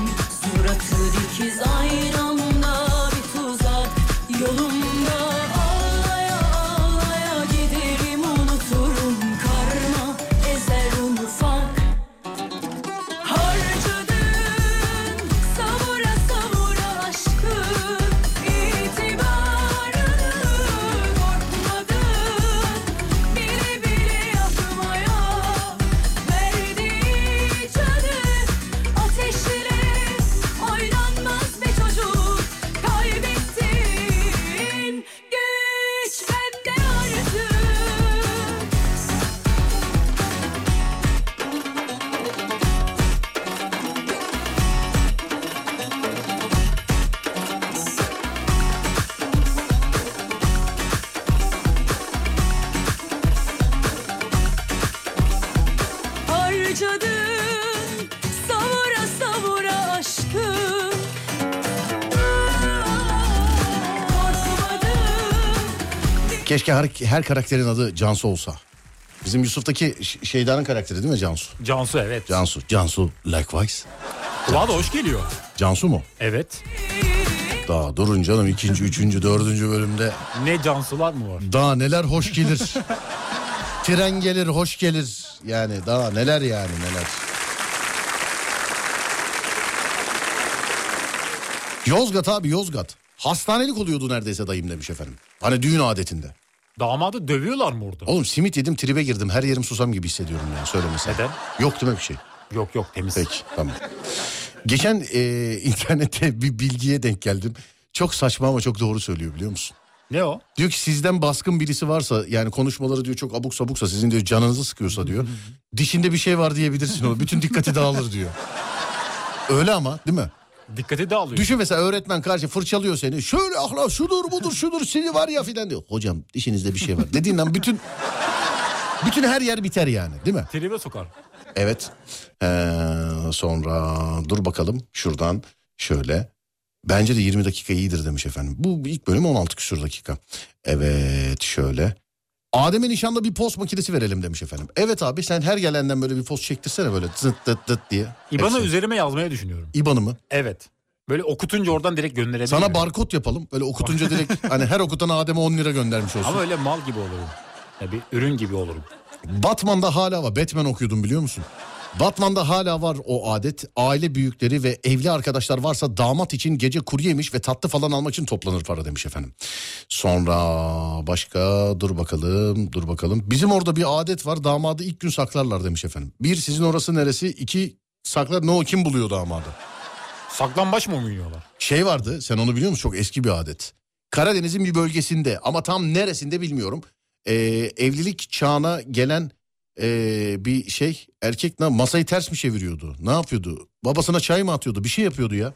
Suratı dikiz aynı anda bir tuzak yolumda. Keşke her, her karakterin adı Cansu olsa. Bizim Yusuf'taki Ş- Şeyda'nın karakteri değil mi Cansu? Cansu evet. Cansu. Cansu likewise. Kulağa da hoş geliyor. Cansu mu? Evet. Daha durun canım ikinci, üçüncü, dördüncü bölümde. Ne Cansular mı var? Daha neler hoş gelir. Tren gelir, hoş gelir. Yani daha neler yani neler. Yozgat abi Yozgat. Hastanelik oluyordu neredeyse dayım demiş efendim. Hani düğün adetinde. Damadı dövüyorlar mı orada? Oğlum simit yedim tribe girdim. Her yerim susam gibi hissediyorum yani söylemesem. Neden? Yok değil mi bir şey? Yok yok temiz. Peki tamam. Geçen e, internette bir bilgiye denk geldim. Çok saçma ama çok doğru söylüyor biliyor musun? Ne o? Diyor ki sizden baskın birisi varsa yani konuşmaları diyor çok abuk sabuksa sizin diyor canınızı sıkıyorsa diyor. Dişinde bir şey var diyebilirsin onu. Bütün dikkati dağılır diyor. Öyle ama değil mi? Dikkati dağılıyor. Düşün mesela öğretmen karşı fırçalıyor seni. Şöyle ahlak şudur budur şudur seni var ya filan diyor. Hocam dişinizde bir şey var. Dediğinden bütün bütün her yer biter yani değil mi? Tribe sokar. Evet. Ee, sonra dur bakalım şuradan şöyle. Bence de yirmi dakika iyidir demiş efendim. Bu ilk bölüm on altı küsur dakika. Evet şöyle. Adem'e nişanda bir post makinesi verelim demiş efendim. Evet abi sen her gelenden böyle bir post çektirsene böyle zıt dıt dıt diye. İban'ı Hepsi. üzerime yazmaya düşünüyorum. İban'ı mı? Evet. Böyle okutunca oradan direkt gönderebilirim. Sana barkod yapalım. Böyle okutunca direkt hani her okutan Adem'e on lira göndermiş olsun. Ama öyle mal gibi olurum. Ya bir ürün gibi olurum. Batman'da hala var. Batman okuyordum biliyor musun? Batman'da hala var o adet. Aile büyükleri ve evli arkadaşlar varsa damat için gece kuru yemiş ve tatlı falan almak için toplanır para demiş efendim. Sonra başka dur bakalım dur bakalım. Bizim orada bir adet var, damadı ilk gün saklarlar demiş efendim. Bir sizin orası neresi? İki saklar ne o kim buluyor damadı? Saklambaç mı oynuyorlar? Şey vardı sen onu biliyor musun? Çok eski bir adet. Karadeniz'in bir bölgesinde ama tam neresinde bilmiyorum. Ee, evlilik çağına gelen ee, bir şey erkek ne masayı ters mi çeviriyordu? Ne yapıyordu? Babasına çay mı atıyordu? Bir şey yapıyordu ya.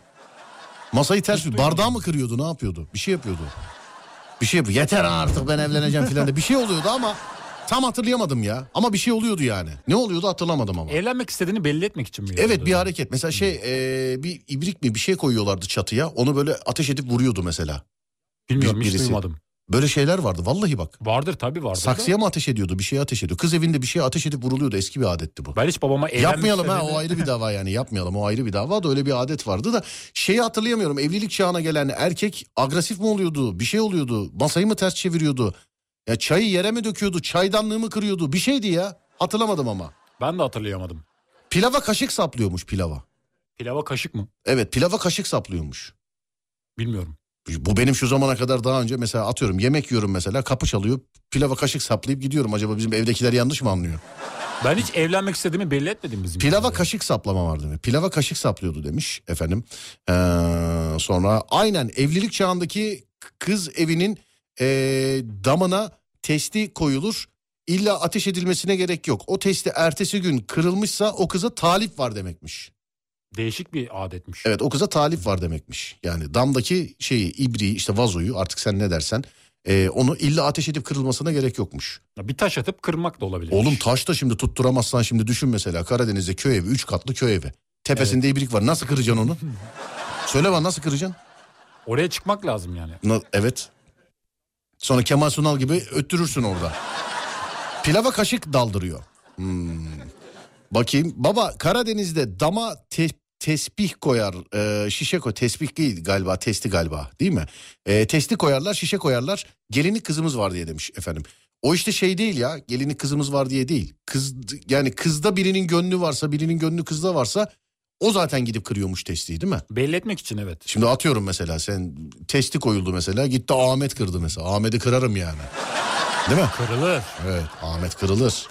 Masayı ters mi? Bardağı mı kırıyordu? Ne yapıyordu? Bir şey yapıyordu. Bir şey yapıyordu. Yeter artık ben evleneceğim filan de. Bir şey oluyordu ama tam hatırlayamadım ya. Ama bir şey oluyordu yani. Ne oluyordu hatırlamadım ama. Evlenmek istediğini belli etmek için mi? Evet yapıyordu? bir hareket. Mesela şey ee, bir ibrik mi bir şey koyuyorlardı çatıya. Onu böyle ateş edip vuruyordu mesela. Bilmiyorum bir- hiç birisi. duymadım. Böyle şeyler vardı vallahi bak. Vardır tabii vardır. Saksıya mı ateş ediyordu? Bir şeye ateş ediyordu. Kız evinde bir şeye ateş edip vuruluyordu. Eski bir adetti bu. Ben hiç babama evlenmek Yapmayalım ha istediğini... o ayrı bir dava yani yapmayalım o ayrı bir dava da öyle bir adet vardı da şeyi hatırlayamıyorum evlilik çağına gelen erkek agresif mi oluyordu bir şey oluyordu masayı mı ters çeviriyordu ya çayı yere mi döküyordu çaydanlığı mı kırıyordu bir şeydi ya hatırlamadım ama. Ben de hatırlayamadım. Pilava kaşık saplıyormuş pilava. Pilava kaşık mı? Evet pilava kaşık saplıyormuş. Bilmiyorum. Bu benim şu zamana kadar daha önce mesela atıyorum yemek yiyorum mesela kapı çalıyor pilava kaşık saplayıp gidiyorum acaba bizim evdekiler yanlış mı anlıyor? Ben hiç evlenmek istediğimi belli etmedim bizim. Pilava için. kaşık saplama vardı mı? Pilava kaşık saplıyordu demiş efendim. Ee, sonra aynen evlilik çağındaki kız evinin ee, damına testi koyulur. İlla ateş edilmesine gerek yok. O testi ertesi gün kırılmışsa o kıza talip var demekmiş. Değişik bir adetmiş. Evet o kıza talip var demekmiş. Yani damdaki şeyi ibriği işte vazoyu artık sen ne dersen ee, onu illa ateş edip kırılmasına gerek yokmuş. Bir taş atıp kırmak da olabilir. Oğlum taş da şimdi tutturamazsan şimdi düşün mesela Karadeniz'de köy evi üç katlı köy evi. Tepesinde evet. ibrik var nasıl kıracaksın onu? Söyle bana nasıl kıracaksın? Oraya çıkmak lazım yani. Na, evet. Sonra Kemal Sunal gibi öttürürsün orada. Pilava kaşık daldırıyor. Hmm. Bakayım baba Karadeniz'de dama te, tesbih koyar e, şişe koy tesbih değil galiba testi galiba değil mi? E, testi koyarlar şişe koyarlar gelinlik kızımız var diye demiş efendim. O işte şey değil ya gelinlik kızımız var diye değil. Kız yani kızda birinin gönlü varsa birinin gönlü kızda varsa o zaten gidip kırıyormuş testiyi değil mi? Belli etmek için evet. Şimdi atıyorum mesela sen testi koyuldu mesela gitti Ahmet kırdı mesela. Ahmet'i kırarım yani. Değil mi? Kırılır. Evet Ahmet kırılır.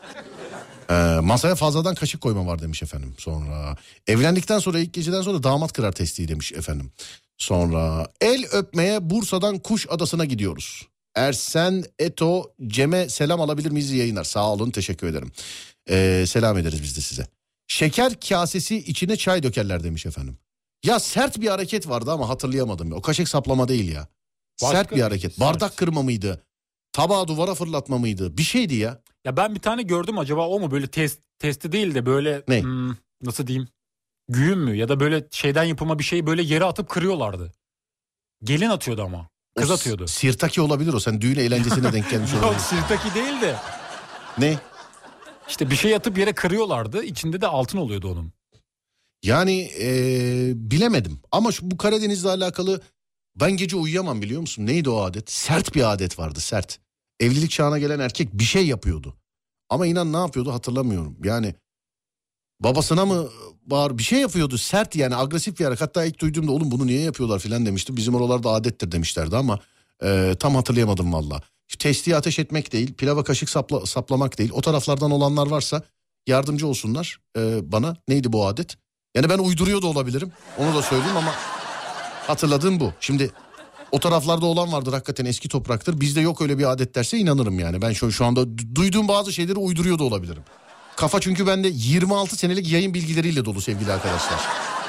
Ee, masaya fazladan kaşık koyma var demiş efendim. Sonra evlendikten sonra ilk geceden sonra damat kırar testiyi demiş efendim. Sonra el öpmeye Bursa'dan Kuş Adası'na gidiyoruz. Ersen Eto Cem'e selam alabilir miyiz yayınlar? Sağ olun teşekkür ederim. Ee, selam ederiz biz de size. Şeker kasesi içine çay dökerler demiş efendim. Ya sert bir hareket vardı ama hatırlayamadım. O kaşık saplama değil ya. Başka sert bir hareket. sert. Bardak kırma mıydı? Tabağı duvara fırlatma mıydı? Bir şeydi ya. Ya ben bir tane gördüm acaba o mu böyle test testi değil de böyle Ne? hmm, nasıl diyeyim? Güğüm mü ya da böyle şeyden yapılma bir şeyi böyle yere atıp kırıyorlardı. Gelin atıyordu ama. Kız O atıyordu. Sirtaki olabilir o. Sen düğün eğlencesine denk gelmiş Yok olabilir. sirtaki değil de. Ne? İşte bir şey atıp yere kırıyorlardı. İçinde de altın oluyordu onun. Yani ee, bilemedim. Ama şu, bu Karadeniz'le alakalı ben gece uyuyamam biliyor musun? Neydi o adet? Sert bir adet vardı, sert. Evlilik çağına gelen erkek bir şey yapıyordu. Ama inan ne yapıyordu hatırlamıyorum. Yani babasına mı bağır bir şey yapıyordu, sert yani, agresif bir hareket. Hatta ilk duyduğumda oğlum bunu niye yapıyorlar filan demiştim. Bizim oralarda adettir demişlerdi ama e, tam hatırlayamadım valla. Testiye ateş etmek değil, pilava kaşık sapla, saplamak değil. O taraflardan olanlar varsa yardımcı olsunlar e, bana. Neydi bu adet? Yani ben uyduruyor da olabilirim, onu da söyleyeyim ama hatırladığım bu. Şimdi o taraflarda olan vardır, hakikaten eski topraktır. Bizde yok öyle bir adet derse inanırım yani. Ben şu, şu anda duyduğum bazı şeyleri uyduruyor da olabilirim. Kafa çünkü bende yirmi altı senelik yayın bilgileriyle dolu sevgili arkadaşlar.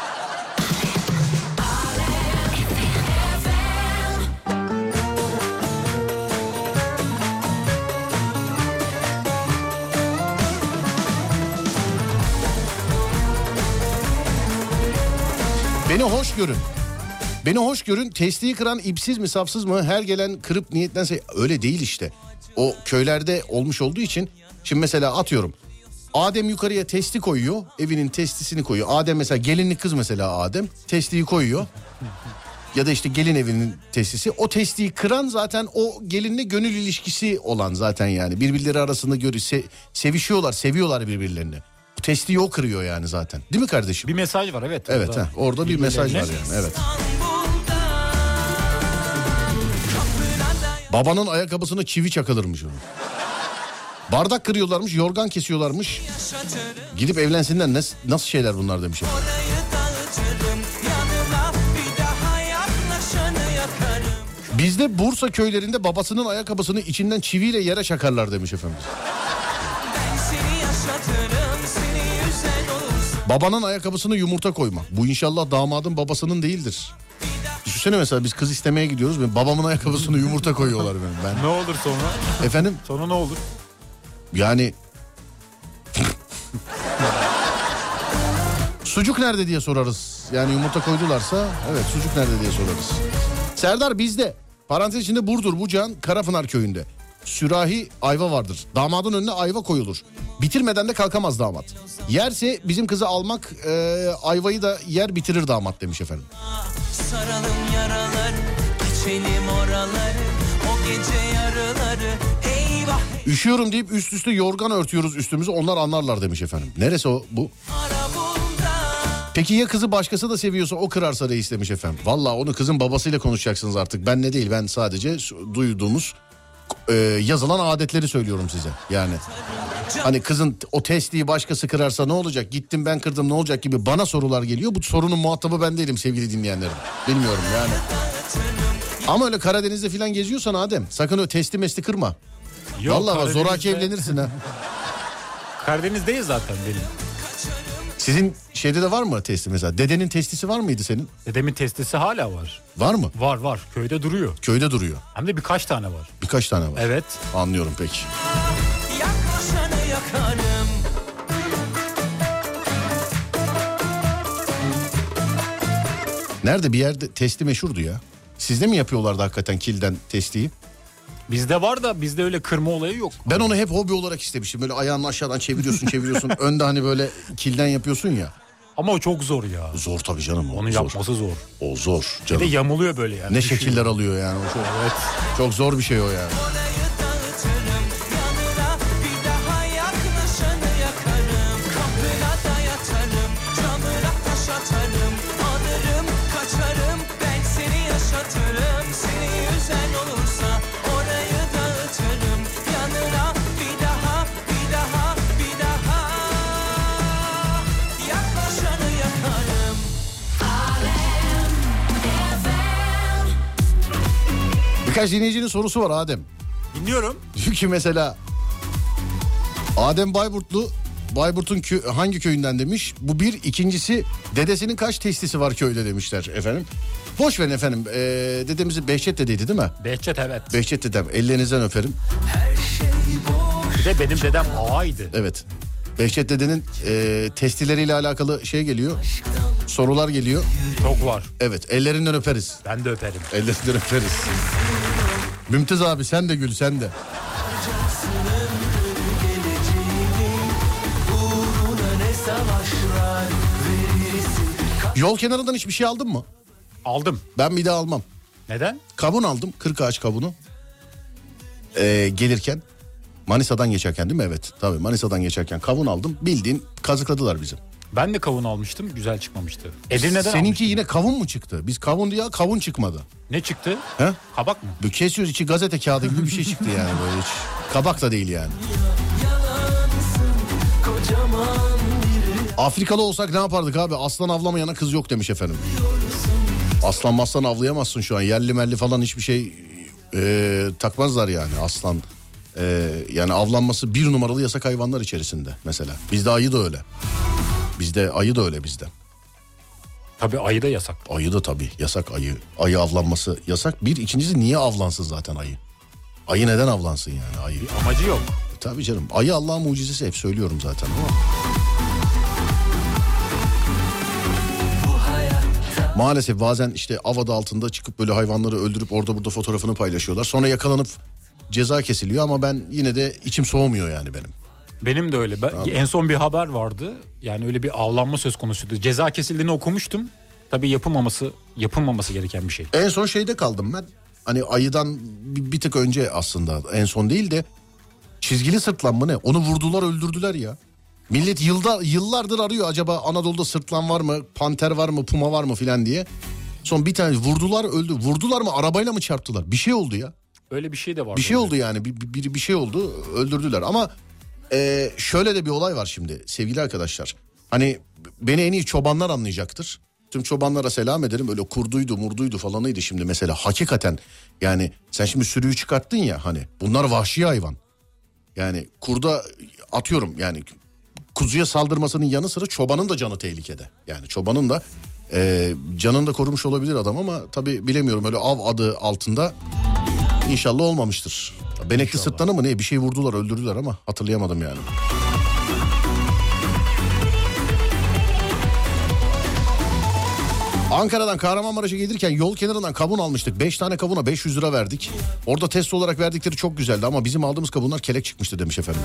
Beni hoş görün. Beni hoş görün. Testiyi kıran ipsiz mi safsız mı? Her gelen kırıp niyetlense öyle değil işte. O köylerde olmuş olduğu için. Şimdi mesela atıyorum. Adem yukarıya testi koyuyor. Evinin testisini koyuyor. Adem mesela gelinlik kız mesela Adem. Testiyi koyuyor. Ya da işte gelin evinin testisi. O testiyi kıran zaten o gelinle gönül ilişkisi olan zaten yani. Birbirleri arasında görü se- sevişiyorlar, seviyorlar birbirlerini. Bu testiyi o kırıyor yani zaten. Değil mi kardeşim? Bir mesaj var evet. Evet orada. ha, orada bir mesaj var yani, evet. Babanın ayakkabısına çivi çakılırmış onun. Bardak kırıyorlarmış, yorgan kesiyorlarmış. Gidip evlensinler, nasıl, nasıl şeyler bunlar demiş. Bizde Bursa köylerinde babasının ayakkabısını içinden çiviyle yere çakarlar demiş efendim. Babanın ayakkabısına yumurta koyma. Bu inşallah damadın babasının değildir. Düşünsene mesela biz kız istemeye gidiyoruz ve babamın ayakkabısına yumurta koyuyorlar benim. Ben... Ne olur sonra? Efendim? Sonra ne olur? Yani... Sucuk nerede diye sorarız. Yani yumurta koydularsa evet, sucuk nerede diye sorarız. Serdar bizde. Parantez içinde Burdur, Bucağın Karapınar köyünde. Sürahi ayva vardır. Damadın önüne ayva koyulur. Bitirmeden de kalkamaz damat. Yerse bizim kızı almak e, ayvayı da yer bitirir damat demiş efendim. Saralım yaraları, içelim oraları, o gece yarıları, eyvah. Üşüyorum deyip üst üste yorgan örtüyoruz üstümüzü, onlar anlarlar demiş efendim. Neresi o bu? Peki ya kızı başkası da seviyorsa o kırarsa reis demiş efendim. Valla onu kızın babasıyla konuşacaksınız artık. Ben ne değil, ben sadece duyduğumuz e, yazılan adetleri söylüyorum size. Yani hani kızın o testiyi başkası kırarsa ne olacak? Gittim ben kırdım ne olacak gibi bana sorular geliyor. Bu sorunun muhatabı ben değilim sevgili dinleyenlerim. Bilmiyorum yani. Ama öyle Karadeniz'de falan geziyorsan Adem sakın o testi mesti kırma. Yok, vallahi bak, zoraki Karadeniz'de- evlenirsin ha. Karadeniz'deyiz zaten benim. Sizin şeyde de var mı testi mesela? Dedenin testisi var mıydı senin? Dedemin testisi hala var. Var mı? Var var. Köyde duruyor. Köyde duruyor. Hem de birkaç tane var. Birkaç tane var. Evet. Anlıyorum peki. Yaklaşanı yakarım. Nerede bir yerde testi meşhurdu ya. Sizde mi yapıyorlardı hakikaten kilden testiyi? Bizde var da bizde öyle kırma olayı yok. Ben onu hep hobi olarak istemişim. Böyle ayağını aşağıdan çeviriyorsun çeviriyorsun. Önde hani böyle kilden yapıyorsun ya. Ama o çok zor ya. Zor tabii canım. O Onu zor. yapması zor. O zor Bir de canım. yamuluyor böyle yani. Ne Düşüyor. şekiller alıyor yani. O çok, Evet. çok zor bir şey o yani. Birkaç dinleyicinin sorusu var Adem. Dinliyorum. Diyor ki mesela Adem Bayburtlu, Bayburt'un kö- hangi köyünden demiş. Bu bir. İkincisi dedesinin kaç testisi var köyde demişler efendim. Boş verin efendim. Ee, dedemizi Behçet dedeydi değil mi? Behçet evet. Behçet dedem, ellerinizden öperim. Bir de benim dedem ağaydı. Evet. Behçet dedenin e, testileriyle alakalı şey geliyor. Sorular geliyor. Çok var. Evet, ellerinden öperiz. Ben de öperim. Ellerinden öperiz. Mümtaz abi sen de gül sen de. Yol kenarından hiçbir şey aldın mı? Aldım. Ben bir daha almam. Neden? Kavun aldım. kırk ağaç kavunu. Ee, gelirken. Manisa'dan geçerken değil mi? Evet. Tabii Manisa'dan geçerken kavun aldım. Bildiğin kazıkladılar bizi. Ben de kavun almıştım. Güzel çıkmamıştı. Edirne'den Seninki almıştım. yine kavun mu çıktı? Biz kavun diye kavun çıkmadı. Ne çıktı? He? Kabak mı? Bu kesiyoruz içi gazete kağıdı gibi bir şey çıktı yani böyle hiç. Kabak da değil yani. Afrikalı olsak ne yapardık abi? Aslan avlamayana kız yok demiş efendim. Aslan maslan avlayamazsın şu an. Yerli melli falan hiçbir şey e, takmazlar yani aslan. E, yani avlanması bir numaralı yasak hayvanlar içerisinde mesela. Bizde ayı da öyle. Bizde ayı da öyle bizde. Tabii ayı da yasak. Ayı da tabii yasak ayı. Ayı avlanması yasak. Bir ikincisi niye avlansın zaten ayı? Ayı neden avlansın yani ayı? Amacı yok. Tabii canım. Ayı Allah'ın mucizesi hep söylüyorum zaten ama. Maalesef bazen işte av adı altında çıkıp böyle hayvanları öldürüp orada burada fotoğrafını paylaşıyorlar. Sonra yakalanıp ceza kesiliyor ama ben yine de içim soğumuyor yani benim. Benim de öyle. Ben, Tamam. en son bir haber vardı. Yani öyle bir avlanma söz konusuydu. Ceza kesildiğini okumuştum. Tabii yapılmaması yapılmaması gereken bir şey. En son şeyde kaldım ben. Hani ayıdan bir, bir tık önce aslında en son değil de çizgili sırtlan mı ne? Onu vurdular öldürdüler ya. Millet yılda, yıllardır arıyor acaba Anadolu'da sırtlan var mı, panter var mı, puma var mı filan diye. Son bir tane vurdular öldü. Vurdular mı arabayla mı çarptılar? Bir şey oldu ya. Öyle bir şey de var. Bir şey oldu yani bir, bir, bir şey oldu öldürdüler ama e, şöyle de bir olay var şimdi sevgili arkadaşlar. Hani beni en iyi çobanlar anlayacaktır. Tüm çobanlara selam ederim öyle kurduydu murduydu falanıydı şimdi mesela hakikaten yani sen şimdi sürüyü çıkarttın ya hani bunlar vahşi hayvan. Yani kurda atıyorum yani kuzuya saldırmasının yanı sıra çobanın da canı tehlikede. Yani çobanın da e, canını da korumuş olabilir adam ama tabii bilemiyorum öyle av adı altında inşallah olmamıştır. Benekli sırtlanı mı ne bir şey vurdular öldürdüler ama hatırlayamadım yani. Ankara'dan Kahramanmaraş'a gelirken yol kenarından kavun almıştık. Beş tane kavuna beş yüz lira verdik. Orada test olarak verdikleri çok güzeldi ama bizim aldığımız kavunlar kelek çıkmıştı demiş efendim.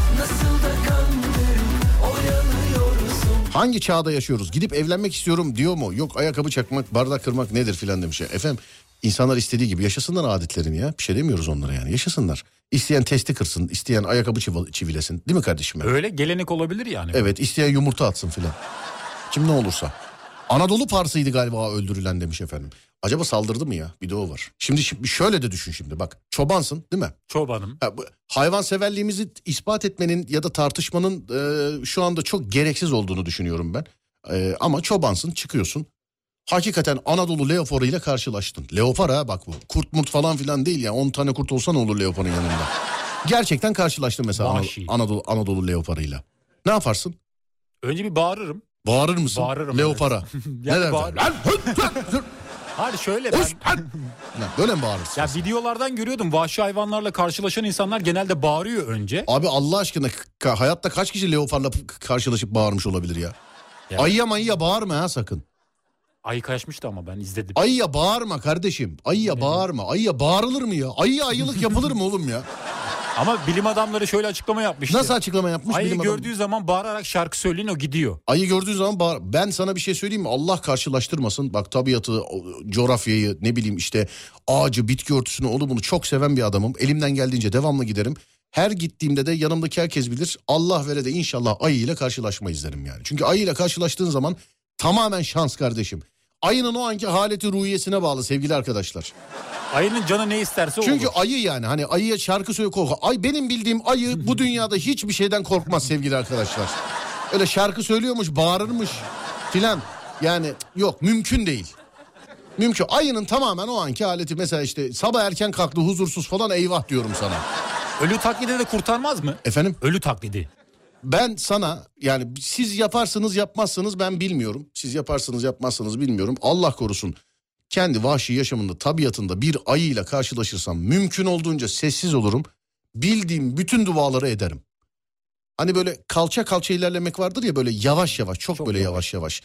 Hangi çağda yaşıyoruz? Gidip evlenmek istiyorum diyor mu? Yok ayakkabı çakmak, bardak kırmak nedir filan demiş. Efendim insanlar istediği gibi yaşasınlar adetlerini ya. Bir şey demiyoruz onlara yani yaşasınlar. İsteyen testi kırsın, isteyen ayakkabı çivilesin. Değil mi kardeşim? Öyle gelenek olabilir yani. Evet isteyen yumurta atsın filan. Kim ne olursa. Anadolu Parsı'ydı galiba öldürülen demiş efendim. Acaba saldırdı mı ya? Bir de o var. Şimdi, şimdi şöyle de düşün şimdi bak. Çobansın değil mi? Çobanım. Ha, bu, hayvanseverliğimizi ispat etmenin ya da tartışmanın e, şu anda çok gereksiz olduğunu düşünüyorum ben. E, ama çobansın çıkıyorsun. Hakikaten Anadolu leoparı ile karşılaştın. Leopar ha bak bu. Kurt murt falan filan değil ya. on tane kurt olsa ne olur leoparın yanında. Gerçekten karşılaştın mesela Vahşi. Anadolu, Anadolu leoparıyla. Ne yaparsın? Önce bir bağırırım. Bağırır mısın? Bağırırım, Leopara. Yani ne bağır- dersin? Lan, hı, lan, hı. Hayır şöyle ben... Us, lan. Lan, böyle mi bağırırsın? Ya videolardan görüyordum vahşi hayvanlarla karşılaşan insanlar genelde bağırıyor önce. Abi Allah aşkına ka- hayatta kaç kişi leoparla p- karşılaşıp bağırmış olabilir ya? Ya. Ayıya mayıya bağırma ha sakın. Ayı kaçmıştı ama ben izledim. Ayıya bağırma kardeşim. Ayıya bağırma. Ayıya bağırılır mı ya? Ayıya ayılık yapılır mı oğlum ya? Ama bilim adamları şöyle açıklama yapmıştı. Nasıl açıklama yapmış Ayıyı bilim adamı? gördüğü zaman bağırarak şarkı söyleyin o gidiyor. Ayı gördüğü zaman bağır. Ben sana bir şey söyleyeyim mi? Allah karşılaştırmasın. Bak tabiatı, o- coğrafyayı, ne bileyim işte ağacı, bitki örtüsünü, onu bunu çok seven bir adamım. Elimden geldiğince devamlı giderim. Her gittiğimde de yanımdaki herkes bilir. Allah vere de inşallah ayıyla karşılaşmayız derim yani. Çünkü ayıyla karşılaştığın zaman tamamen şans kardeşim. Ayının o anki haleti ruhiyesine bağlı sevgili arkadaşlar. Ayının canı ne isterse Çünkü olur. ayı yani hani ayıya şarkı söyle korku. Ay benim bildiğim ayı bu dünyada hiçbir şeyden korkmaz sevgili arkadaşlar. Öyle şarkı söylüyormuş, bağırırmış filan. Yani yok mümkün değil. Mümkün. Ayının tamamen o anki aleti mesela işte sabah erken kalktı huzursuz falan eyvah diyorum sana. Ölü taklidi de kurtarmaz mı? Efendim? Ölü taklidi. Ben sana yani siz yaparsınız yapmazsınız ben bilmiyorum. Siz yaparsınız yapmazsınız bilmiyorum. Allah korusun. Kendi vahşi yaşamında tabiatında bir ayıyla karşılaşırsam mümkün olduğunca sessiz olurum. Bildiğim bütün duaları ederim. Hani böyle kalça kalça ilerlemek vardır ya böyle yavaş yavaş çok, Çok böyle yavaş. yavaş yavaş.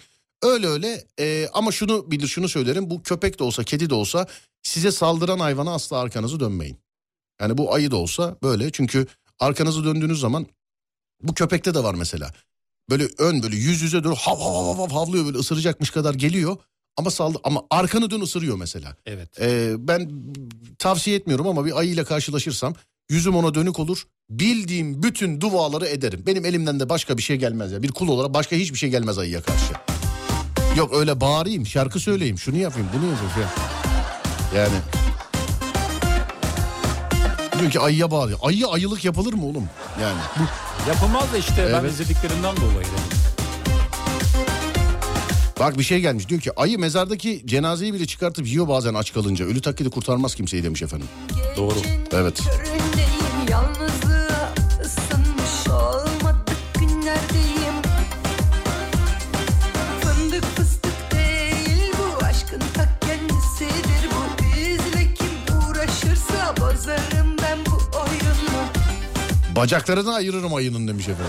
Öyle öyle e, ama şunu bilir şunu söylerim, bu köpek de olsa kedi de olsa size saldıran hayvana asla arkanızı dönmeyin. Yani bu ayı da olsa böyle, çünkü arkanızı döndüğünüz zaman, bu köpekte de var mesela. Böyle ön böyle yüz yüze doğru hav hav hav hav havlıyor, böyle ısıracakmış kadar geliyor. Ama saldı, ama arkanı dön ısırıyor mesela. Evet. Ee, ben tavsiye etmiyorum ama bir ayıyla karşılaşırsam yüzüm ona dönük olur. Bildiğim bütün duaları ederim. Benim elimden de başka bir şey gelmez ya. Bir kul olarak başka hiçbir şey gelmez ayıya karşı. Yok öyle bağırayım, şarkı söyleyeyim, şunu yapayım, bunu yapayım falan. Yani. Diyor ki ayıya bağırıyor. Ayıya ayılık yapılır mı oğlum? Yani. Yapılmaz da işte ben Evet. izlediklerimden dolayı. Bak bir şey gelmiş, diyor ki ayı mezardaki cenazeyi bile çıkartıp yiyor bazen aç kalınca. Ölü taklidi kurtarmaz kimseyi demiş efendim. Doğru. Evet. Köründeyim, yalnızlığa ısınmış olmadık günlerdeyim. Fındık fıstık değil bu, aşkın ta kendisidir bu. Bizle kim uğraşırsa bozarım ben bu oyunu. Bacaklarını ayırırım ayının demiş efendim.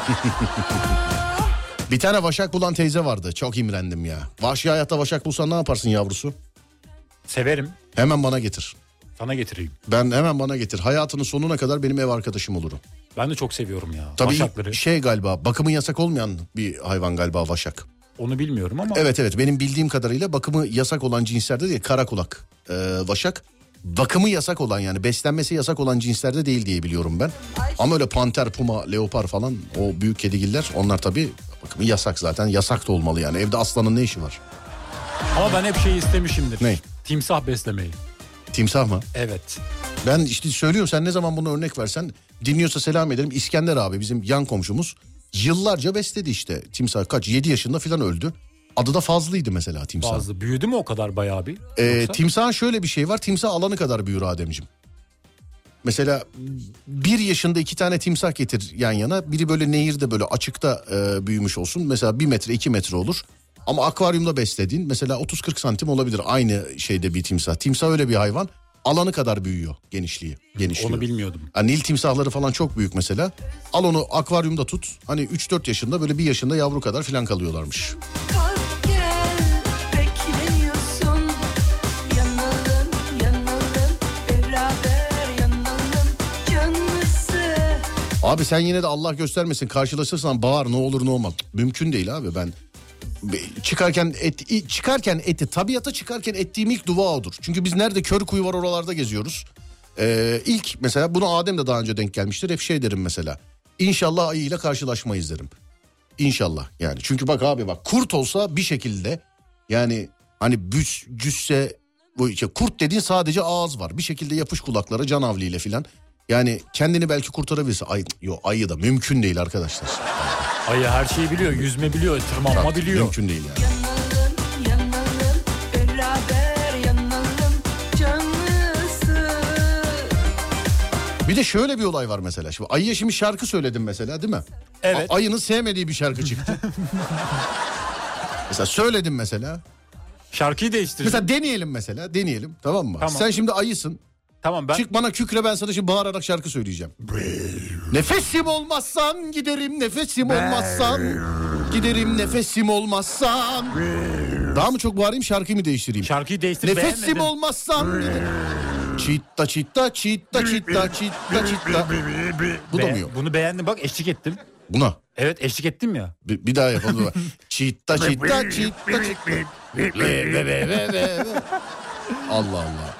Bir tane vaşak bulan teyze vardı. Çok imrendim ya. Vahşi hayatta vaşak bulsan ne yaparsın yavrusu? Severim. Hemen bana getir. Sana getireyim. Ben hemen bana getir. Hayatının sonuna kadar benim ev arkadaşım olur o. Ben de çok seviyorum ya. Tabii Vaşakları. şey galiba, bakımı yasak olmayan bir hayvan galiba vaşak. Onu bilmiyorum ama. Evet evet, benim bildiğim kadarıyla bakımı yasak olan cinslerde değil, karakulak ee, vaşak. Bakımı yasak olan, yani beslenmesi yasak olan cinslerde değil diye biliyorum ben. Ama öyle panter, puma, leopar falan, o büyük kedigiller, onlar tabii bakımı yasak zaten. Yasak da olmalı yani. Evde aslanın ne işi var? Ama ben hep şeyi istemişimdir. Ne? Timsah beslemeyi. Timsah mı? Evet. Ben işte söylüyorum, sen ne zaman bunu örnek versen, dinliyorsa selam ederim. İskender abi bizim yan komşumuz yıllarca besledi işte. Timsah kaç, yedi yaşında falan öldü. Adı da Fazlı'ydı mesela timsah. Fazla. Büyüdü mü o kadar bayağı bir? Ee, Yoksa? timsahın şöyle bir şey var, timsah alanı kadar büyür Ademciğim. Mesela bir yaşında iki tane timsah getir yan yana. Biri böyle nehirde böyle açıkta e, büyümüş olsun. Mesela bir metre iki metre olur. Ama akvaryumda beslediğin mesela otuz kırk santim olabilir aynı şeyde bir timsah. Timsah öyle bir hayvan. Alanı kadar büyüyor genişliği. Genişliyor. Onu bilmiyordum. Yani Nil timsahları falan çok büyük mesela. Al onu akvaryumda tut. Hani üç dört yaşında, böyle bir yaşında yavru kadar falan kalıyorlarmış. Kalk gel, bekleniyorsun. Yanalım, yanalım, beraber yanalım. Canlısı. Abi sen yine de Allah göstermesin karşılaşırsan bağır, ne olur ne olmaz. Mümkün değil abi. Ben çıkarken et, çıkarken eti tabiata çıkarken ettiğim ilk dua odur. Çünkü biz nerede kör kuyu var oralarda geziyoruz. Ee, ilk mesela bunu Adem de daha önce denk gelmiştir. Hep şey derim mesela. İnşallah ayıyla karşılaşmayız derim. İnşallah yani. Çünkü bak abi bak, kurt olsa bir şekilde, yani hani büs, cüsse, bu işte kurt dediğin sadece ağız var. Bir şekilde yapış kulakları canavliyle filan. Yani kendini belki kurtarabilirse. Ay, yo, ayı da mümkün değil arkadaşlar. Ayı her şeyi biliyor. Yüzme biliyor. Tırmanma Tabii, biliyor. mümkün değil yani. Yanalım, yanalım, beraber yanalım. Canlısı. Bir de şöyle bir olay var mesela. Şimdi ayıya şimdi şarkı söyledim mesela, değil mi? Evet. A- ayının sevmediği bir şarkı çıktı. Mesela söyledim mesela. Şarkıyı değiştirdim. Mesela deneyelim mesela. Deneyelim, tamam mı? Tamam. Sen şimdi ayısın. Tamam ben. Çık bana kükre, ben sana şimdi bağırarak şarkı söyleyeceğim. Nefesim olmazsan giderim, nefesim olmazsan giderim, nefesim olmazsan. Daha mı çok bağırayım, şarkıyı mı değiştireyim? Şarkıyı değiştir. Nefesim beğenmedim. olmazsan giderim. Çitta çitta çitta çitta çitta çitta. Bu da Be- mı yok? Bunu beğendim, bak eşlik ettim. Buna. Evet, eşlik ettim ya. Bir, bir daha yapalım. Çitta çitta çitta çitta. Ve ve ve ve ve. Allah Allah.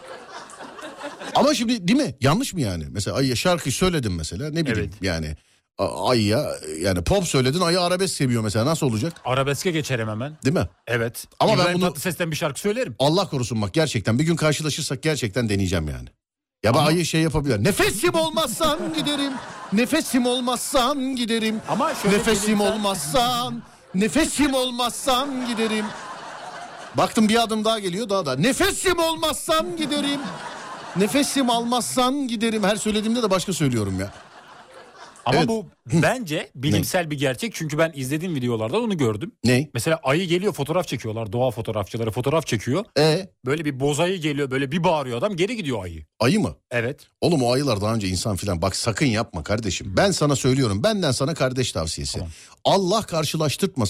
Ama şimdi değil mi? Yanlış mı yani? Mesela ayıya şarkı söyledim mesela, ne bileyim Evet. yani. A- Ayıya yani pop söyledin, ayı arabesk seviyor mesela, nasıl olacak? Arabeske geçerim hemen. Değil mi? Evet. Ama ben İbrahim bunu- Tatlıses'ten bir şarkı söylerim. Allah korusun bak, gerçekten bir gün karşılaşırsak gerçekten deneyeceğim yani. Ya ben ayı şey yapabilir. Nefesim olmazsan giderim. Nefesim olmazsan giderim. Ama şöyle Nefesim bilimsel- olmazsan, nefesim olmazsan giderim. Baktım bir adım daha geliyor, daha da. Nefesim olmazsan giderim. Nefesim almazsan giderim. Her söylediğimde de başka söylüyorum ya. Ama Evet. bu bence bilimsel bir gerçek. Çünkü ben izlediğim videolarda onu gördüm. Ne? Mesela ayı geliyor, fotoğraf çekiyorlar. Doğa fotoğrafçıları fotoğraf çekiyor. E Böyle bir bozayı geliyor, böyle bir bağırıyor adam, geri gidiyor ayı. ayı mı? Evet. Oğlum o ayılar daha önce insan filan. Bak sakın yapma kardeşim. Ben sana söylüyorum. Benden sana kardeş tavsiyesi. Tamam. Allah karşılaştırtmasın.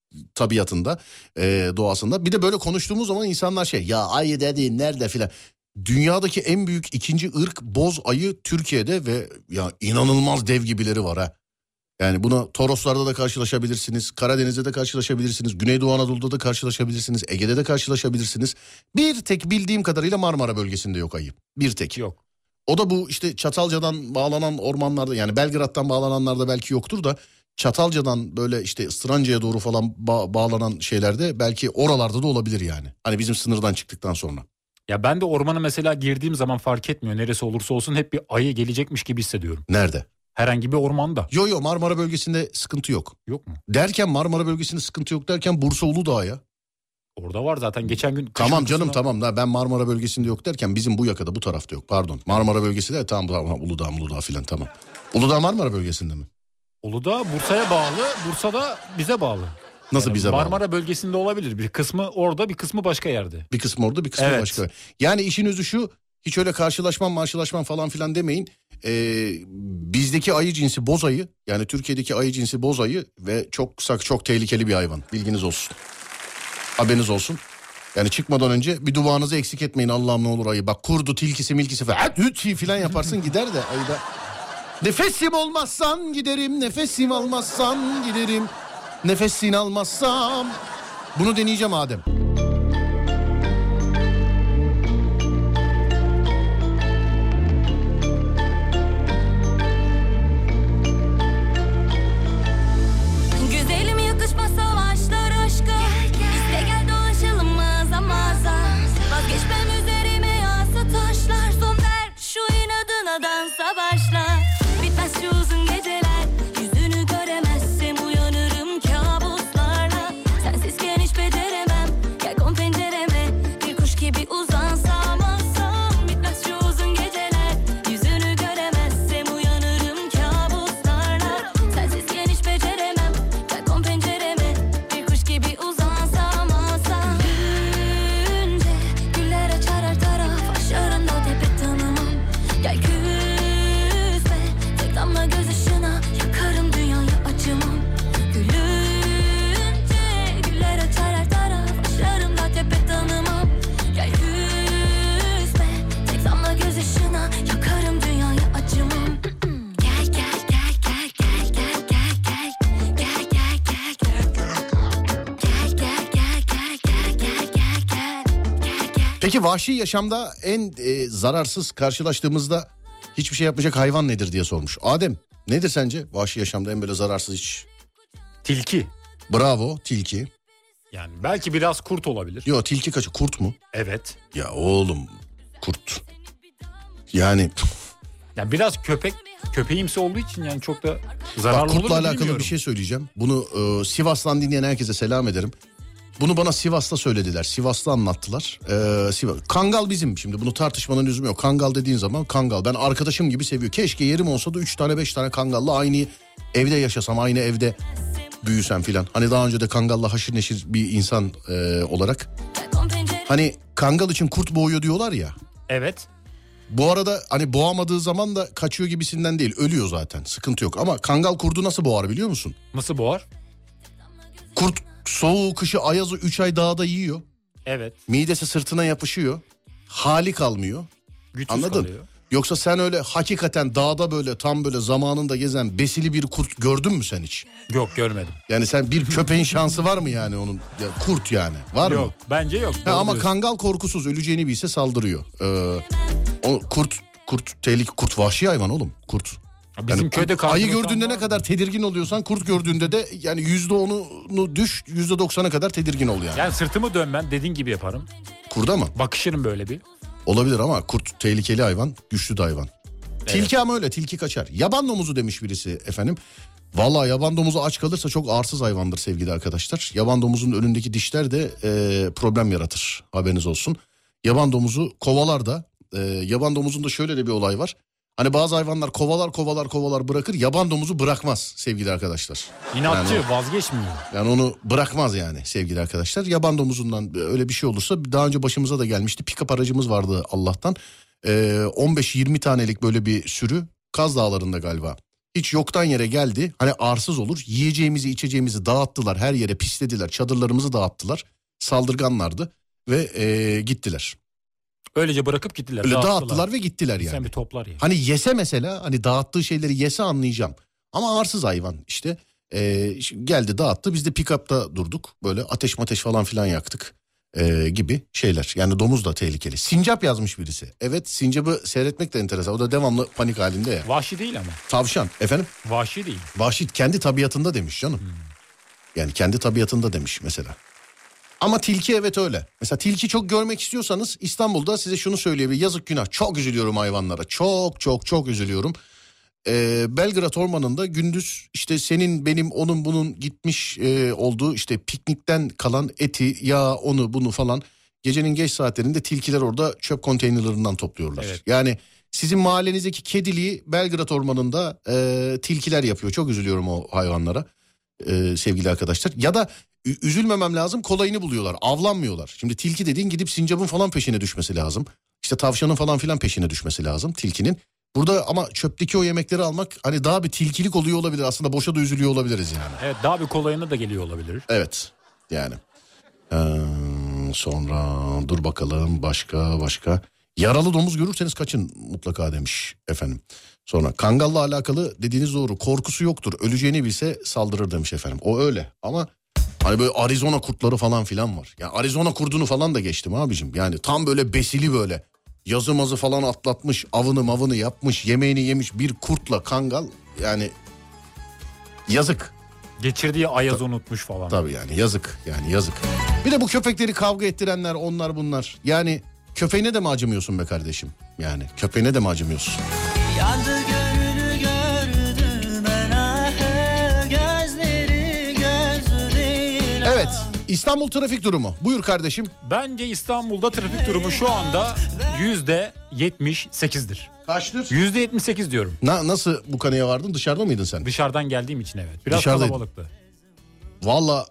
tabiatında, e, doğasında. Bir de böyle konuştuğumuz zaman insanlar şey, ya ayı dediğin nerede filan. Dünyadaki en büyük ikinci ırk boz ayı Türkiye'de ve ya inanılmaz dev gibileri var ha. Yani buna Toroslarda da karşılaşabilirsiniz, Karadeniz'de de karşılaşabilirsiniz, Güneydoğu Anadolu'da da karşılaşabilirsiniz, Ege'de de karşılaşabilirsiniz. Bir tek bildiğim kadarıyla Marmara bölgesinde yok ayı. Bir tek. Yok. O da bu işte Çatalca'dan bağlanan ormanlarda, yani Belgrad'dan bağlananlarda belki yoktur da Çatalca'dan böyle işte Istıranca'ya doğru falan ba- bağlanan şeylerde belki oralarda da olabilir yani. Hani bizim sınırdan çıktıktan sonra. Ya ben de ormana mesela girdiğim zaman fark etmiyor. Neresi olursa olsun hep bir ayı gelecekmiş gibi hissediyorum. Nerede? Herhangi bir ormanda. Yo yo Marmara bölgesinde sıkıntı yok. Yok mu? Derken Marmara bölgesinde sıkıntı yok derken Bursa Uludağ ya. Orada var zaten geçen gün. Tamam kışın canım kısmına... tamam da ben Marmara bölgesinde yok derken bizim bu yakada bu tarafta yok pardon. Marmara bölgesi de tamam tamam Uludağ Uludağ filan tamam. Uludağ Marmara bölgesinde mi? Uludağ Bursa'ya bağlı, Bursa da bize bağlı. Nasıl Yani bize bağlı? Marmara bölgesinde olabilir. Bir kısmı orada, bir kısmı başka yerde. Bir kısmı orada bir kısmı Evet. başka. Yani işin özü şu, hiç öyle karşılaşmam marşılaşmam falan filan demeyin. Ee, bizdeki ayı cinsi boz ayı, yani Türkiye'deki ayı cinsi boz ayı ve çok sak çok tehlikeli bir hayvan. Bilginiz olsun. Haberiniz olsun. Yani çıkmadan önce bir duvağınızı eksik etmeyin, Allah'ım ne olur ayı. Bak kurdu, tilkisi, milkisi falan hüt filan yaparsın gider de ayıda. Nefesim olmazsan giderim, nefesim almazsan giderim. Nefesini almazsam. Bunu deneyeceğim Adem. Güzelim yakışmaz savaşlar aşka. İste gel dolaşalım mağaza mağaza. Vazgeçmem üzerime yağsa taşlar. Son ver şu inadına dansa başla. Bitmez şu uzun geceler. Yüzünü göremezsem uyanırım kabuslarla. Sensizken hiç beceremem. Gel kon pencereme. Bir kuş gibi uzansam alsam. Bitmez şu uzun geceler. Yüzünü göremezsem uyanırım kabuslarla. Sensizken hiç beceremem. Gel kon pencereme. Bir kuş gibi uzansam alsam. Gülünce güller açar her taraf. Aşağında tepe tanımam. Gel küsme. Tek damla göz ışığına yakarım dünyayı acımam. Gülünce güller açar her taraf. Aşağında tepe tanımam. Gel küsme. Tek damla göz ışığına yakarım dünyayı acımam. Gel gel gel gel gel gel gel gel. Gel gel gel gel gel. Gel gel gel gel gel gel gel gel. Gel gel. Peki vahşi yaşamda en e, zararsız karşılaştığımızda hiçbir şey yapmayacak hayvan nedir diye sormuş. Adem nedir sence vahşi yaşamda en böyle zararsız hiç? Tilki. Bravo tilki. Yani belki biraz kurt olabilir. Yo tilki kaçı, kurt mu? Evet. Ya oğlum kurt. Yani Yani biraz köpek, köpeğimsi olduğu için yani çok da zararlı bak olur kurtla mu alakalı bilmiyorum. bir şey söyleyeceğim. Bunu e, Sivas'tan dinleyen herkese selam ederim. Bunu bana Sivas'ta söylediler. Sivas'ta anlattılar. Ee, Sivas. Kangal bizim. Şimdi bunu tartışmanın lüzumu yok. Kangal dediğin zaman kangal. Ben arkadaşım gibi seviyor. Keşke yerim olsa da üç tane beş tane kangalla aynı evde yaşasam. Aynı evde büyüsem filan. Hani daha önce de kangalla haşır neşir bir insan e, olarak. Hani kangal için kurt boğuyor diyorlar ya. Evet. Bu arada hani boğamadığı zaman da kaçıyor gibisinden değil. Ölüyor zaten. Sıkıntı yok. Ama kangal kurdu nasıl boğar biliyor musun? Nasıl boğar? Kurt soğuğu, kışı, ayazı üç ay dağda yiyor. Evet. Midesi sırtına yapışıyor. Hali kalmıyor. Güçsüz Anladın? kalıyor. Yoksa sen öyle hakikaten dağda böyle tam böyle zamanında gezen besili bir kurt gördün mü sen hiç? Yok görmedim. Yani sen bir köpeğin şansı var mı yani onun? Ya kurt yani. Var Yok mı? bence yok. Ha, ama Doğru kangal korkusuz, öleceğini bilse saldırıyor. Ee, o kurt kurt tehlike, kurt vahşi hayvan oğlum. Kurt. diyorsun. Bizim Yani köyde kurt- ayı karşılaşan gördüğünde var ne mı? kadar tedirgin oluyorsan kurt gördüğünde de yani yüzde onunu düş, yüzde doksana kadar tedirgin ol yani. Yani sırtımı dönmem dediğin gibi yaparım. Kurda mı? Bakışırım böyle bir. Olabilir ama kurt tehlikeli hayvan, güçlü de hayvan. Tilki ama öyle, tilki kaçar. Yaban domuzu demiş birisi efendim. Vallahi yaban domuzu aç kalırsa çok arsız hayvandır sevgili arkadaşlar. Yaban domuzunun önündeki dişler de e, problem yaratır, haberiniz olsun. Yaban domuzu kovalar da, e, yaban domuzunda şöyle de bir olay var. Hani bazı hayvanlar kovalar kovalar kovalar bırakır, yaban domuzu bırakmaz sevgili arkadaşlar. İnatçı, Yani- vazgeçmiyor. Yani onu bırakmaz yani sevgili arkadaşlar. Yaban domuzundan öyle bir şey olursa, daha önce başımıza da gelmişti. Pick-up aracımız vardı Allah'tan. Ee, on beş yirmi tanelik böyle bir sürü Kaz Dağları'nda galiba Hiç yoktan yere geldi. Hani arsız olur. Yiyeceğimizi içeceğimizi dağıttılar. Her yere pislediler. Çadırlarımızı dağıttılar. Saldırganlardı. Ve ee, gittiler. Öylece bırakıp gittiler. Öyle dağıttılar. dağıttılar ve gittiler yani. Sen bir toplar ya. Hani yese mesela, hani dağıttığı şeyleri yese anlayacağım. Ama arsız hayvan işte. Ee, geldi dağıttı, biz de pick-up'ta durduk. Böyle ateş mateş falan filan yaktık ee, gibi şeyler. Yani domuz da tehlikeli. Sincap yazmış birisi. Evet, sincapı seyretmek de enteresan. O da devamlı panik halinde ya. Vahşi değil ama. Tavşan efendim. Vahşi değil. Vahşi kendi tabiatında demiş canım. Hmm. Yani kendi tabiatında demiş mesela. Ama tilki evet öyle. Mesela tilki çok görmek istiyorsanız İstanbul'da size şunu söyleyebilirim. Yazık günah. Çok üzülüyorum hayvanlara. Çok çok çok üzülüyorum. Ee, Belgrad Ormanı'nda gündüz işte senin benim onun bunun gitmiş e, olduğu işte piknikten kalan eti, yağ, onu bunu falan gecenin geç saatlerinde tilkiler orada çöp konteynerlerinden topluyorlar. Evet. Yani sizin mahallenizdeki kediliği Belgrad Ormanı'nda e, tilkiler yapıyor. Çok üzülüyorum o hayvanlara e, sevgili arkadaşlar. Ya da üzülmemem lazım, kolayını buluyorlar, avlanmıyorlar. Şimdi tilki dediğin gidip sincapın falan peşine düşmesi lazım. İşte tavşanın falan filan peşine düşmesi lazım tilkinin. Burada ama çöpteki o yemekleri almak hani daha bir tilkilik oluyor olabilir. Aslında boşa da üzülüyor olabiliriz yani. Evet, daha bir kolayına da geliyor olabilir. Evet yani. Ee, sonra dur bakalım başka başka. Yaralı domuz görürseniz kaçın mutlaka demiş efendim. Sonra kangalla alakalı dediğiniz doğru, korkusu yoktur. Öleceğini bilse saldırır demiş efendim. O öyle ama hani böyle Arizona kurtları falan filan var. Yani Arizona kurdunu falan da geçtim abicim. Yani tam böyle besili böyle. Yazı mazı falan atlatmış, avını mavını yapmış, yemeğini yemiş bir kurtla kangal yani yazık. Geçirdiği ayazı unutmuş falan. Tabii yani yazık yani yazık. Bir de bu köpekleri kavga ettirenler, onlar bunlar. Yani köpeğine de mi acımıyorsun be kardeşim? Yani köpeğine de mi acımıyorsun? Yandı gönlünü gördüm ben ahı, gözleri gözü değil. Evet, İstanbul trafik durumu. Buyur kardeşim. Bence İstanbul'da trafik durumu şu anda yüzde yetmiş sekizdir. Kaçtır? Yüzde yetmiş sekiz diyorum. Na, nasıl bu kanıya vardın? Dışarıda mıydın sen? Dışarıdan geldiğim için evet. Biraz Dışarıdaydın. kalabalıktı. Valla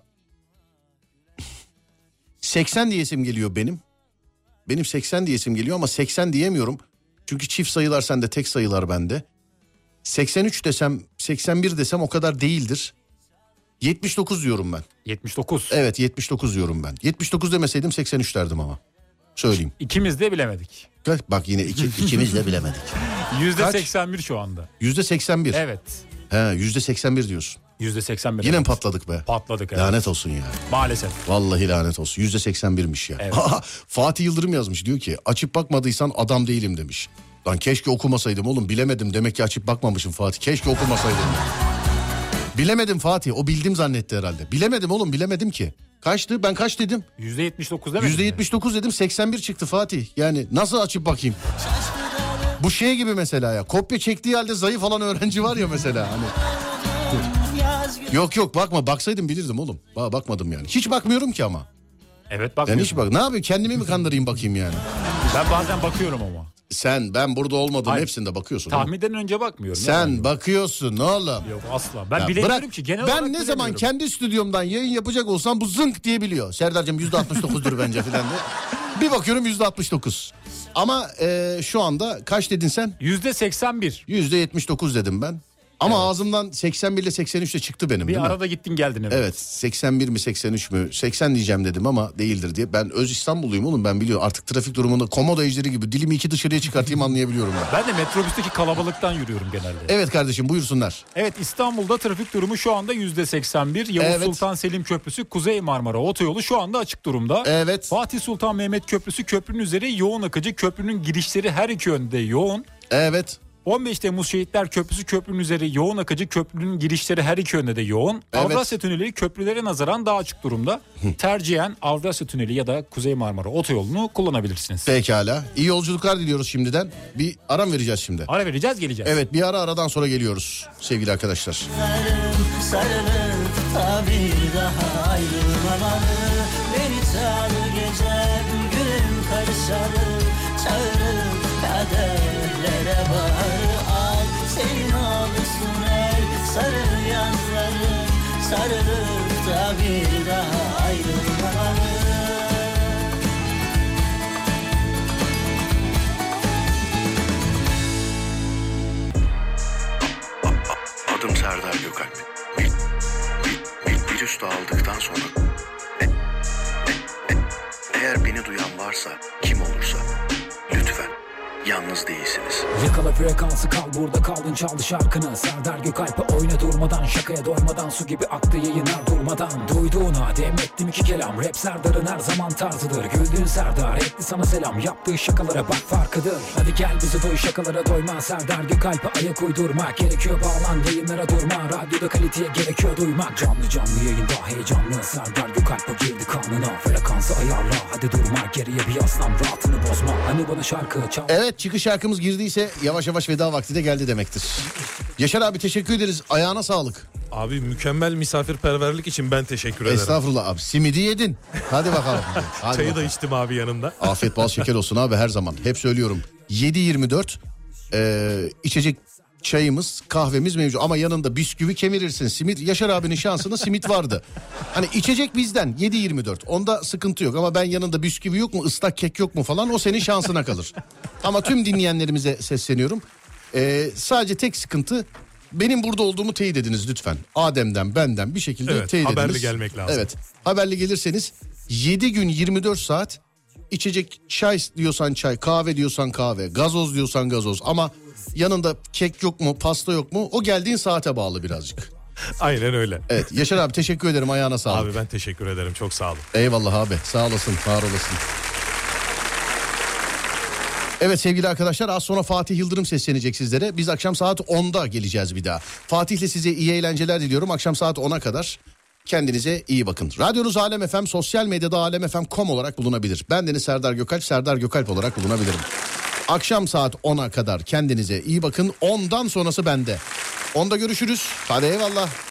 seksen diyesim geliyor benim. Benim seksen diyesim geliyor ama seksen diyemiyorum. Çünkü çift sayılar sende, tek sayılar bende. seksen üç desem, seksen bir desem o kadar değildir. yetmiş dokuz diyorum ben. yetmiş dokuz. Evet, yetmiş dokuz diyorum ben. yetmiş dokuz demeseydim seksen üç derdim ama. Söyleyeyim. İkimiz de bilemedik. Bak yine iki, ikimiz de bilemedik. yüzde seksen bir şu anda. yüzde seksen bir. Evet. He, yüzde seksen bir diyorsun. yüzde seksen bir. Yine evet. mi patladık be? Patladık evet. Lanet olsun ya. Maalesef. Vallahi lanet olsun. yüzde seksen birmiş ya. Evet. Fatih Yıldırım yazmış, diyor ki açıp bakmadıysan adam değilim demiş. Lan keşke okumasaydım oğlum, bilemedim, demek ki açıp bakmamışım Fatih. Keşke okumasaydım. Bilemedim Fatih, o bildim zannetti herhalde. Bilemedim oğlum, bilemedim ki. Kaçtı, ben kaç dedim? yüzde yetmiş dokuz demedim yüzde yetmiş dokuz dedim, seksen bir çıktı Fatih. Yani nasıl açıp bakayım? Bu şey gibi mesela ya, kopya çektiği halde zayıf olan öğrenci var ya mesela hani. Yok yok bakma, baksaydım bilirdim oğlum. Ba- bakmadım yani. Hiç bakmıyorum ki ama. Evet bak. Yani hiç bak. Ne yapayım, kendimi mi kandırayım bakayım yani? Ben bazen bakıyorum ama. Sen, ben burada olmadığım Hayır. hepsinde bakıyorsun. Tahminden önce bakmıyorum. Sen yani. bakıyorsun oğlum. Yok asla. Ben Ya bilemiyorum bırak, ki. Genel olarak ben ne zaman kendi stüdyomdan yayın yapacak olsam bu zınk diye biliyor. Serdar'cığım yüzde altmış dokuzdur bence filan diye. Bir bakıyorum yüzde altmış dokuz. Ama e, şu anda kaç dedin sen? yüzde seksen bir. yüzde yetmiş dokuz dedim ben. Ama evet. Ağzımdan seksen bir ile seksen üç de çıktı benim. Bir arada gittin geldin evet. Evet, seksen bir mi seksen üç mü? seksen diyeceğim dedim ama değildir diye. Ben öz İstanbulluyum oğlum, ben biliyorum. Artık trafik durumunu komodo ejderi gibi dilimi iki dışarıya çıkartayım anlayabiliyorum ben. Ben de metrobüsteki kalabalıktan yürüyorum genelde. Evet kardeşim, buyursunlar. Evet, İstanbul'da trafik durumu şu anda yüzde seksen bir. Yavuz Evet. Sultan Selim Köprüsü Kuzey Marmara Otoyolu şu anda açık durumda. Evet. Fatih Sultan Mehmet Köprüsü köprünün üzeri yoğun akıcı. Köprünün girişleri her iki yönde yoğun. Evet. on beş Temmuz Şehitler Köprüsü köprünün üzeri yoğun akıcı, köprünün girişleri her iki yönde de yoğun. Evet. Avrasya Tüneli köprülere nazaran daha açık durumda. Tercihen Avrasya Tüneli ya da Kuzey Marmara Otoyolu'nu kullanabilirsiniz. Pekala. İyi yolculuklar diliyoruz şimdiden. Bir aram vereceğiz şimdi. Ara vereceğiz, geleceğiz. Evet, bir ara aradan sonra geliyoruz sevgili arkadaşlar. Sarılıp sarılıp da bir daha ayrılmamalı. Beni çağır gecem gülüm karışalım. Çağırıp kaderlere bağır. Al senin olsun ey sarı yazlarım. Sarılıp da bir daha ayrılmamalı. posta aldıktan sonra e, e, e, eğer beni duyan varsa, kim olursa lütfen yalnız değilsiniz. Yakala frekansı, kal burada kaldın, çaldı şarkını. Serdar Gökalp'e oyna durmadan, şakaya doymadan, su gibi aktı yayınlar durmadan. Duyduğuna demettim iki kelam, rap Serdar'ın her zaman tarzıdır. Güldüğün Serdar etti sana selam, yaptığı şakalara bak farkıdır. Hadi gel bizi duy, şakalara doyma. Serdar Gökalp'e ayak uydurmak gerekiyor, bağlan yayınlara durma. Radyoda kaliteye gerekiyor duymak. Canlı canlı yayında heyecanlı, Serdar Gökalp'e girdi kanına. Frekansı ayarla, hadi durma, geriye bir yaslan, rahatını bozma. Hani bana şarkı çal. Evet, çıkış şarkımız girdiyse yavaş yavaş veda vakti de geldi demektir. Yaşar abi teşekkür ederiz. Ayağına sağlık. Abi mükemmel misafirperverlik için ben teşekkür ederim. Estağfurullah abi. Simidi yedin. Hadi bakalım. Hadi Çayı bakalım. da içtim abi yanında. Afiyet bal şeker olsun abi her zaman. Hep söylüyorum. yedi yirmi dört e, içecek çayımız, kahvemiz mevcut. Ama yanında bisküvi kemirirsin. Simit, Yaşar abinin şansında simit vardı. Hani içecek bizden yedi yirmi dört. Onda sıkıntı yok. Ama ben yanında bisküvi yok mu, ıslak kek yok mu falan, o senin şansına kalır. Ama tüm dinleyenlerimize sesleniyorum. E, sadece tek sıkıntı, benim burada olduğumu teyit ediniz lütfen. Adem'den, benden bir şekilde Evet, teyit ediniz. haberli gelmek lazım. Evet, haberli gelirseniz yedi gün yirmi dört saat içecek, çay diyorsan çay, kahve diyorsan kahve, gazoz diyorsan gazoz. Ama yanında kek yok mu, pasta yok mu, o geldiğin saate bağlı birazcık. Aynen öyle. Evet Yaşar abi teşekkür ederim, ayağına sağlık. Abi ben teşekkür ederim, çok sağ olun. Eyvallah abi, sağ olasın, var olasın. Evet sevgili arkadaşlar, az sonra Fatih Yıldırım seslenecek sizlere. Biz akşam saat onda geleceğiz bir daha. Fatih'le size iyi eğlenceler diliyorum. Akşam saat ona kadar kendinize iyi bakın. Radyonuz Alem F M, sosyal medyada alemfm nokta com olarak bulunabilir. Bendeniz Serdar Gökalp, Serdar Gökalp olarak bulunabilirim. Akşam saat ona kadar kendinize iyi bakın. Ondan sonrası bende. Onda görüşürüz. Hadi eyvallah.